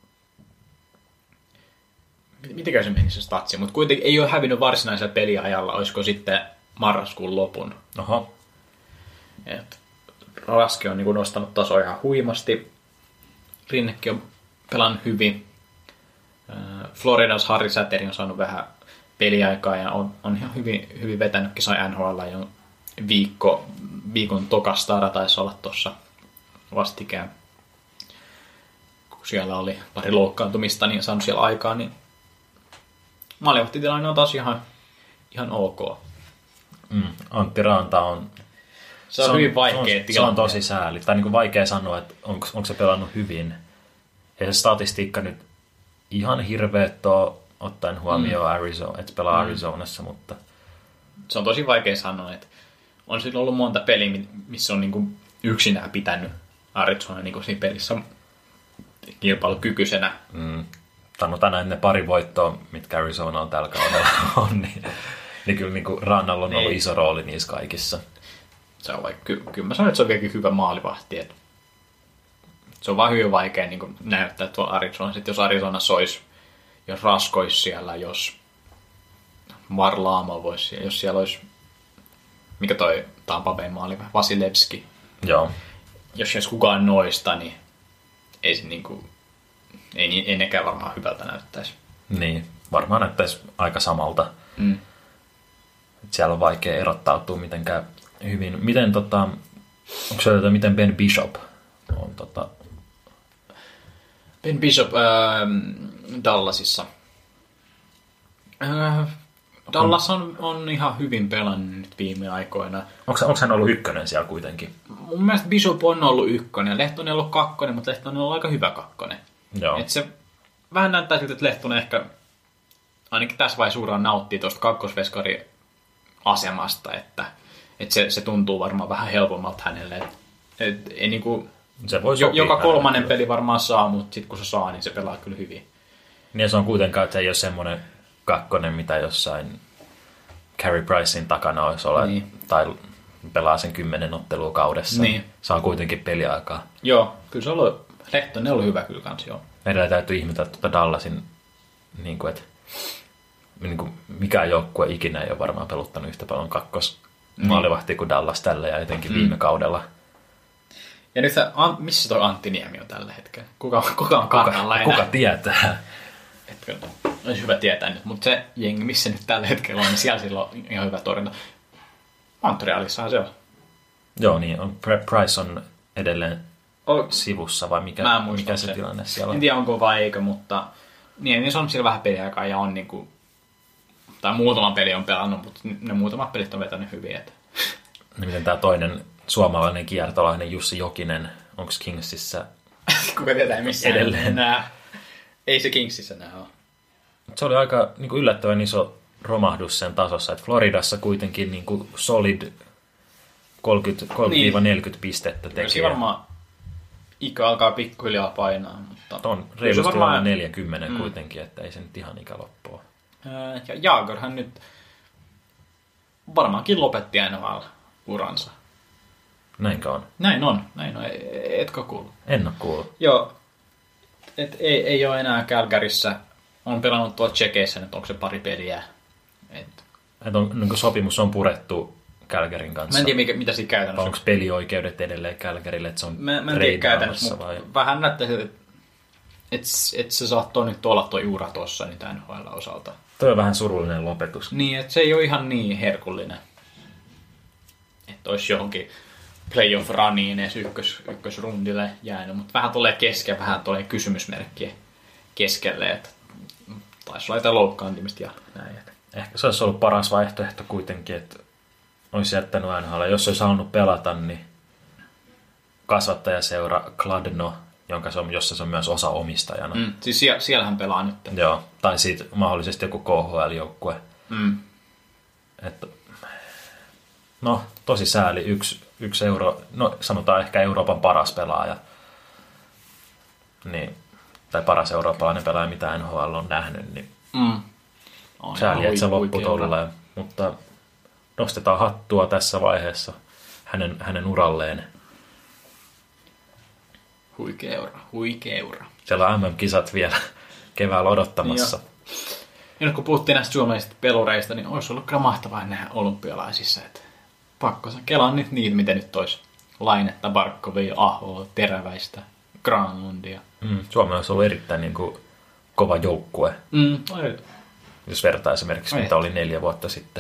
mitenkä se meni se statsi, mutta kuitenkin ei ole hävinnyt varsinaisella peliajalla, olisiko sitten marraskuun lopun. Oho. Et Raski on niin kuin nostanut tasoa ihan huimasti. Rinnekin on pelannut hyvin. Floridas Harri Säteri on saanut vähän peliaikaa ja on, on ihan hyvin, hyvin vetänytkin, sai N H L jo viikko, viikon tokastara taisi olla tuossa vastikään. Kun siellä oli pari loukkaantumista, niin saanut siellä aikaa, niin maalivahtitilanne on taas ihan, ihan ok. Mm, Antti Raanta on... Se on, se on hyvin vaikea se on, tilanne. Se on tosi sääli. Tai niin kuin vaikea sanoa, että onko, onko se pelannut hyvin. Ei se statistiikka nyt ihan hirveet ole ottaen huomioon, mm. Arizona, että pelaa mm. Arizonassa, mutta... Se on tosi vaikea sanoa, että on siinä ollut monta peliä, missä on niin kuin yksinään pitänyt Arizona niin kuin siinä pelissä kilpailukykyisenä. Mm. Sanotaan näin, ne pari voittoa, mitkä Arizona on tällä kaudella on, niin, niin kyllä niin kuin Rannalla on ollut niin. iso rooli niissä kaikissa. Se on vaikka, ky- kyllä mä sanon, että se on vieläkin hyvä maalivahti. Että se on vaan hyvin vaikea niin kuin näyttää tuolla Arizonassa. Jos Arizona olisi, jos Rasko olisi siellä, jos Varlaamo voisi siellä, jos siellä olisi, mikä toi Tampa Bayn maalivahti, Vasilevski. Joo. Jos ei kukaan noista, niin ei se niin kuin, ei, ei nekään varmaan hyvältä näyttäisi. Niin, varmaan näyttäisi aika samalta. Mm. Siellä on vaikea erottautua mitenkään hyvin. Miten, tota, onko se, että miten Ben Bishop on? Tota... Ben Bishop äh, Dallasissa. Äh, Dallas on, on ihan hyvin pelannut nyt viime aikoina. Onko, onko hän ollut ykkönen siellä kuitenkin? Mun mielestä Bishop on ollut ykkönen. Lehtonen on ollut kakkonen, mutta Lehtonen on ollut aika hyvä kakkonen. Joo. Et se vähän näyttää siltä, että Lehtonen ehkä ainakin tässä vaiheessa suuraan nauttii tuosta kakkosveskari asemasta, että, että se, se tuntuu varmaan vähän helpommalta hänelle. Et, et, ei niinku, se voi jo, joka kolmannen kyllä. peli varmaan saa, mutta sitten kun se saa, niin se pelaa kyllä hyvin. Niin se on kuitenkaan, että se ei ole semmoinen kakkonen, mitä jossain Carey Pricein takana olisi olla, niin. Tai pelaa sen kymmenen ottelua kaudessa. Niin. Saa kuitenkin peliaikaa. Joo, kyllä se on ollut, Lehtonen on ollut hyvä kyllä kans, joo. Meidän täytyy ihmetellä tuota Dallasin, niin kuin, että niin kuin mikään joukkue ikinä ei ole varmaan peluttanut yhtä paljon kakkos maalivahtia kuin Dallas tällä ja etenkin mm. viime kaudella. Ja nyt missä toi Antti Niemi on tällä hetkellä? Kuka, kuka on kartalla enää? Kuka tietää? Etkö, olisi hyvä tietää nyt, mutta se jengi, missä nyt tällä hetkellä on, niin siellä sillä on ihan hyvä torjunta. Montrealissahan se on. Joo, niin on. Price on edelleen o, sivussa vai mikä, mikä se, se tilanne siellä on? En tiedä onko vai eikö, mutta niin, niin se on siellä vähän peliaikaa ja on niinku, tai muutaman peli on pelannut, mutta ne muutamat pelit on vetänyt hyvin. Että. Miten tämä toinen suomalainen kiertolainen Jussi Jokinen, onko Kingsissä kuka tietää missä edelleen enää? Ei se Kingsissä enää ole. Se oli aika niin kuin yllättävän iso romahdus sen tasossa, että Floridassa kuitenkin niin kuin solid kolmekymmentä neljäkymmentä pistettä tekee. Kyllä varmaan ikä alkaa pikkuhiljaa painaa. Mutta on reilusti varmaan neljäkymmentä mm. kuitenkin, että ei se nyt ihan ikä loppua. Ja Jaagerhan nyt varmaankin lopetti N H L-uransa. Näinkö on? Näin on, näin on. Etkö kuullut? En ole kuullut. Joo, et ei, ei ole enää Calgaryssä. On pelannut tuolla Tsekeissä, nyt onko se pari peliä. Et... Et on, niin sopimus on purettu Calgaryn kanssa. Mä en tiedä, mikä, mitä siinä käytännössä. Onko pelioikeudet edelleen Calgarylle, että se on mä, mä en tiedä käytännössä, vai? Vähän näyttää, että et, et se saattoi nyt olla tuo ura tuossa niin tämän N H L-osalta. Tuo on vähän surullinen lopetus. Niin, että se ei ole ihan niin herkullinen. Että olisi johonkin playoff runiin edes ykkös, ykkösrundille jäänyt, mutta vähän tulee kesken, vähän tulee kysymysmerkkiä keskelle, että taisi olla jotain loukkaantumista ja näin. Ehkä se olisi ollut paras vaihtoehto kuitenkin, että olisi jättänyt N H L. Jos olisi halunnut pelata, niin kasvattajaseura Kladno, jonka se on, jossa se on myös osa omistajana. Mm, siis sie- siellähän pelaa nyt. Joo, tai siitä mahdollisesti joku K H L-joukkue. Mm. Että, no, tosi sääli. Yksi, yksi euro, no sanotaan ehkä Euroopan paras pelaaja. Niin, tai paras eurooppalainen pelaaja, mitä N H L on nähnyt. Niin Mm. On sääli, että se hui- loppu huikea ura. tolleen. Mutta nostetaan hattua tässä vaiheessa hänen, hänen uralleen. Huikea ura, huikea ura. Siellä on M M-kisat vielä keväällä odottamassa. Ja nyt kun puhuttiin näistä suomalaisista pelureista, niin olisi ollut kyllä mahtavaa nähdä olympialaisissa. Että pakko sä kelaan nyt niitä, miten nyt olisi Lainetta, Barkovia, Ahoa, Teräväistä, Granlundia. Mm, Suomi olisi ollut erittäin niin kuin, kova joukkue, Mm, oi, jos vertaa esimerkiksi, Ai mitä et. oli neljä vuotta sitten.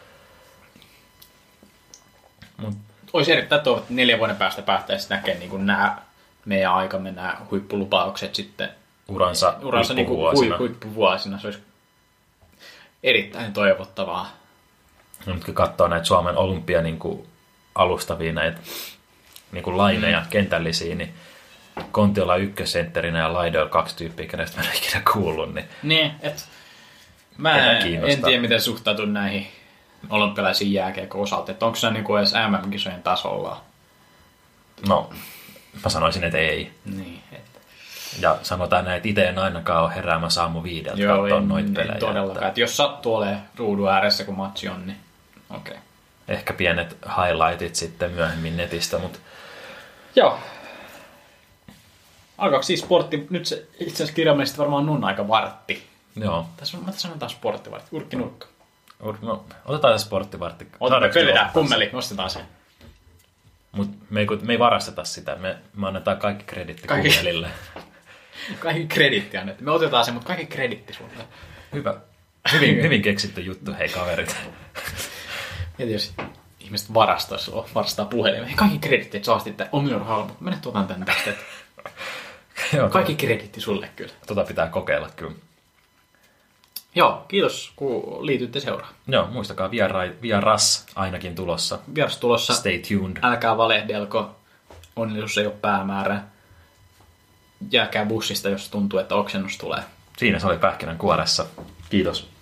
Mut, olisi erittäin toivottu, että neljän vuoden päästä päästäisiin näkemään niin kuin nämä meidän aikamme nämä huippulupaukset sitten uransa, uransa niin kuin huippuvuosina. hui, huippuvuosina. Se olisi erittäin toivottavaa. No, nyt kun katsoo näitä Suomen olympia niin kuin alustavia näitä niin kuin laineja, mm. kentällisiä, niin Kontiola ykkössentterinä ja Laidoilla kaksi tyyppiä, kenestä mä en ole ikinä kuullut. Niin Niin, että mä Ketä en, kiinnostaa? en tiedä, miten suhtautun näihin olympialaisiin jääkiekon osalta. Että onko se niin kuin edes M M-kisojen tasolla? no, mä sanoisin, että ei. Niin, että Ja sanotaan näin, että itse en ainakaan ole heräämässä aamu viideltä joo, katsoa en, noita en pelejä. todellakaan. Että Että jos sattuu olemaan ruudun ääressä, kun matsi on, niin okei. Okay. ehkä pienet highlightit sitten myöhemmin netistä, mutta Joo. Alkaako siis sportti? Nyt se itse asiassa kirjaimellisesti varmaan on aika vartti. joo. Tässä on, mä sanon taas sporttivartti. Urkki nurkka. No, otetaan se sporttivartti. Otetaan, pöydetään, kummeli, nostetaan se. Mutta me, ei- me ei varasteta sitä, me, me annetaan kaikki kreditti Kaikki. kummelille. Kaikki kreditti annettu. Me otetaan se, mutta kaikki kreditti sulle. Hyvä. Hyvin, hyvin keksitty juttu, hei kaverit. Ja jos ihmiset varastaa sulla, varastaa puhelimeen. Hei, kaikki kreditti, että sä ostit tämän Omnior halva, mutta mene tuotan tän tästä. Että Joo, kaikki kreditti sulle kyllä. tota pitää kokeilla kyllä. Joo, kiitos kun liitytte seuraan. Joo, muistakaa vierai, vieras ainakin tulossa. Vieras tulossa. Stay tuned. Älkää valehdelko. Onnellisuus ei ole päämäärä. Jääkää bussista, jos tuntuu, että oksennus tulee. Siinä se oli pähkinän kuoressa. Kiitos.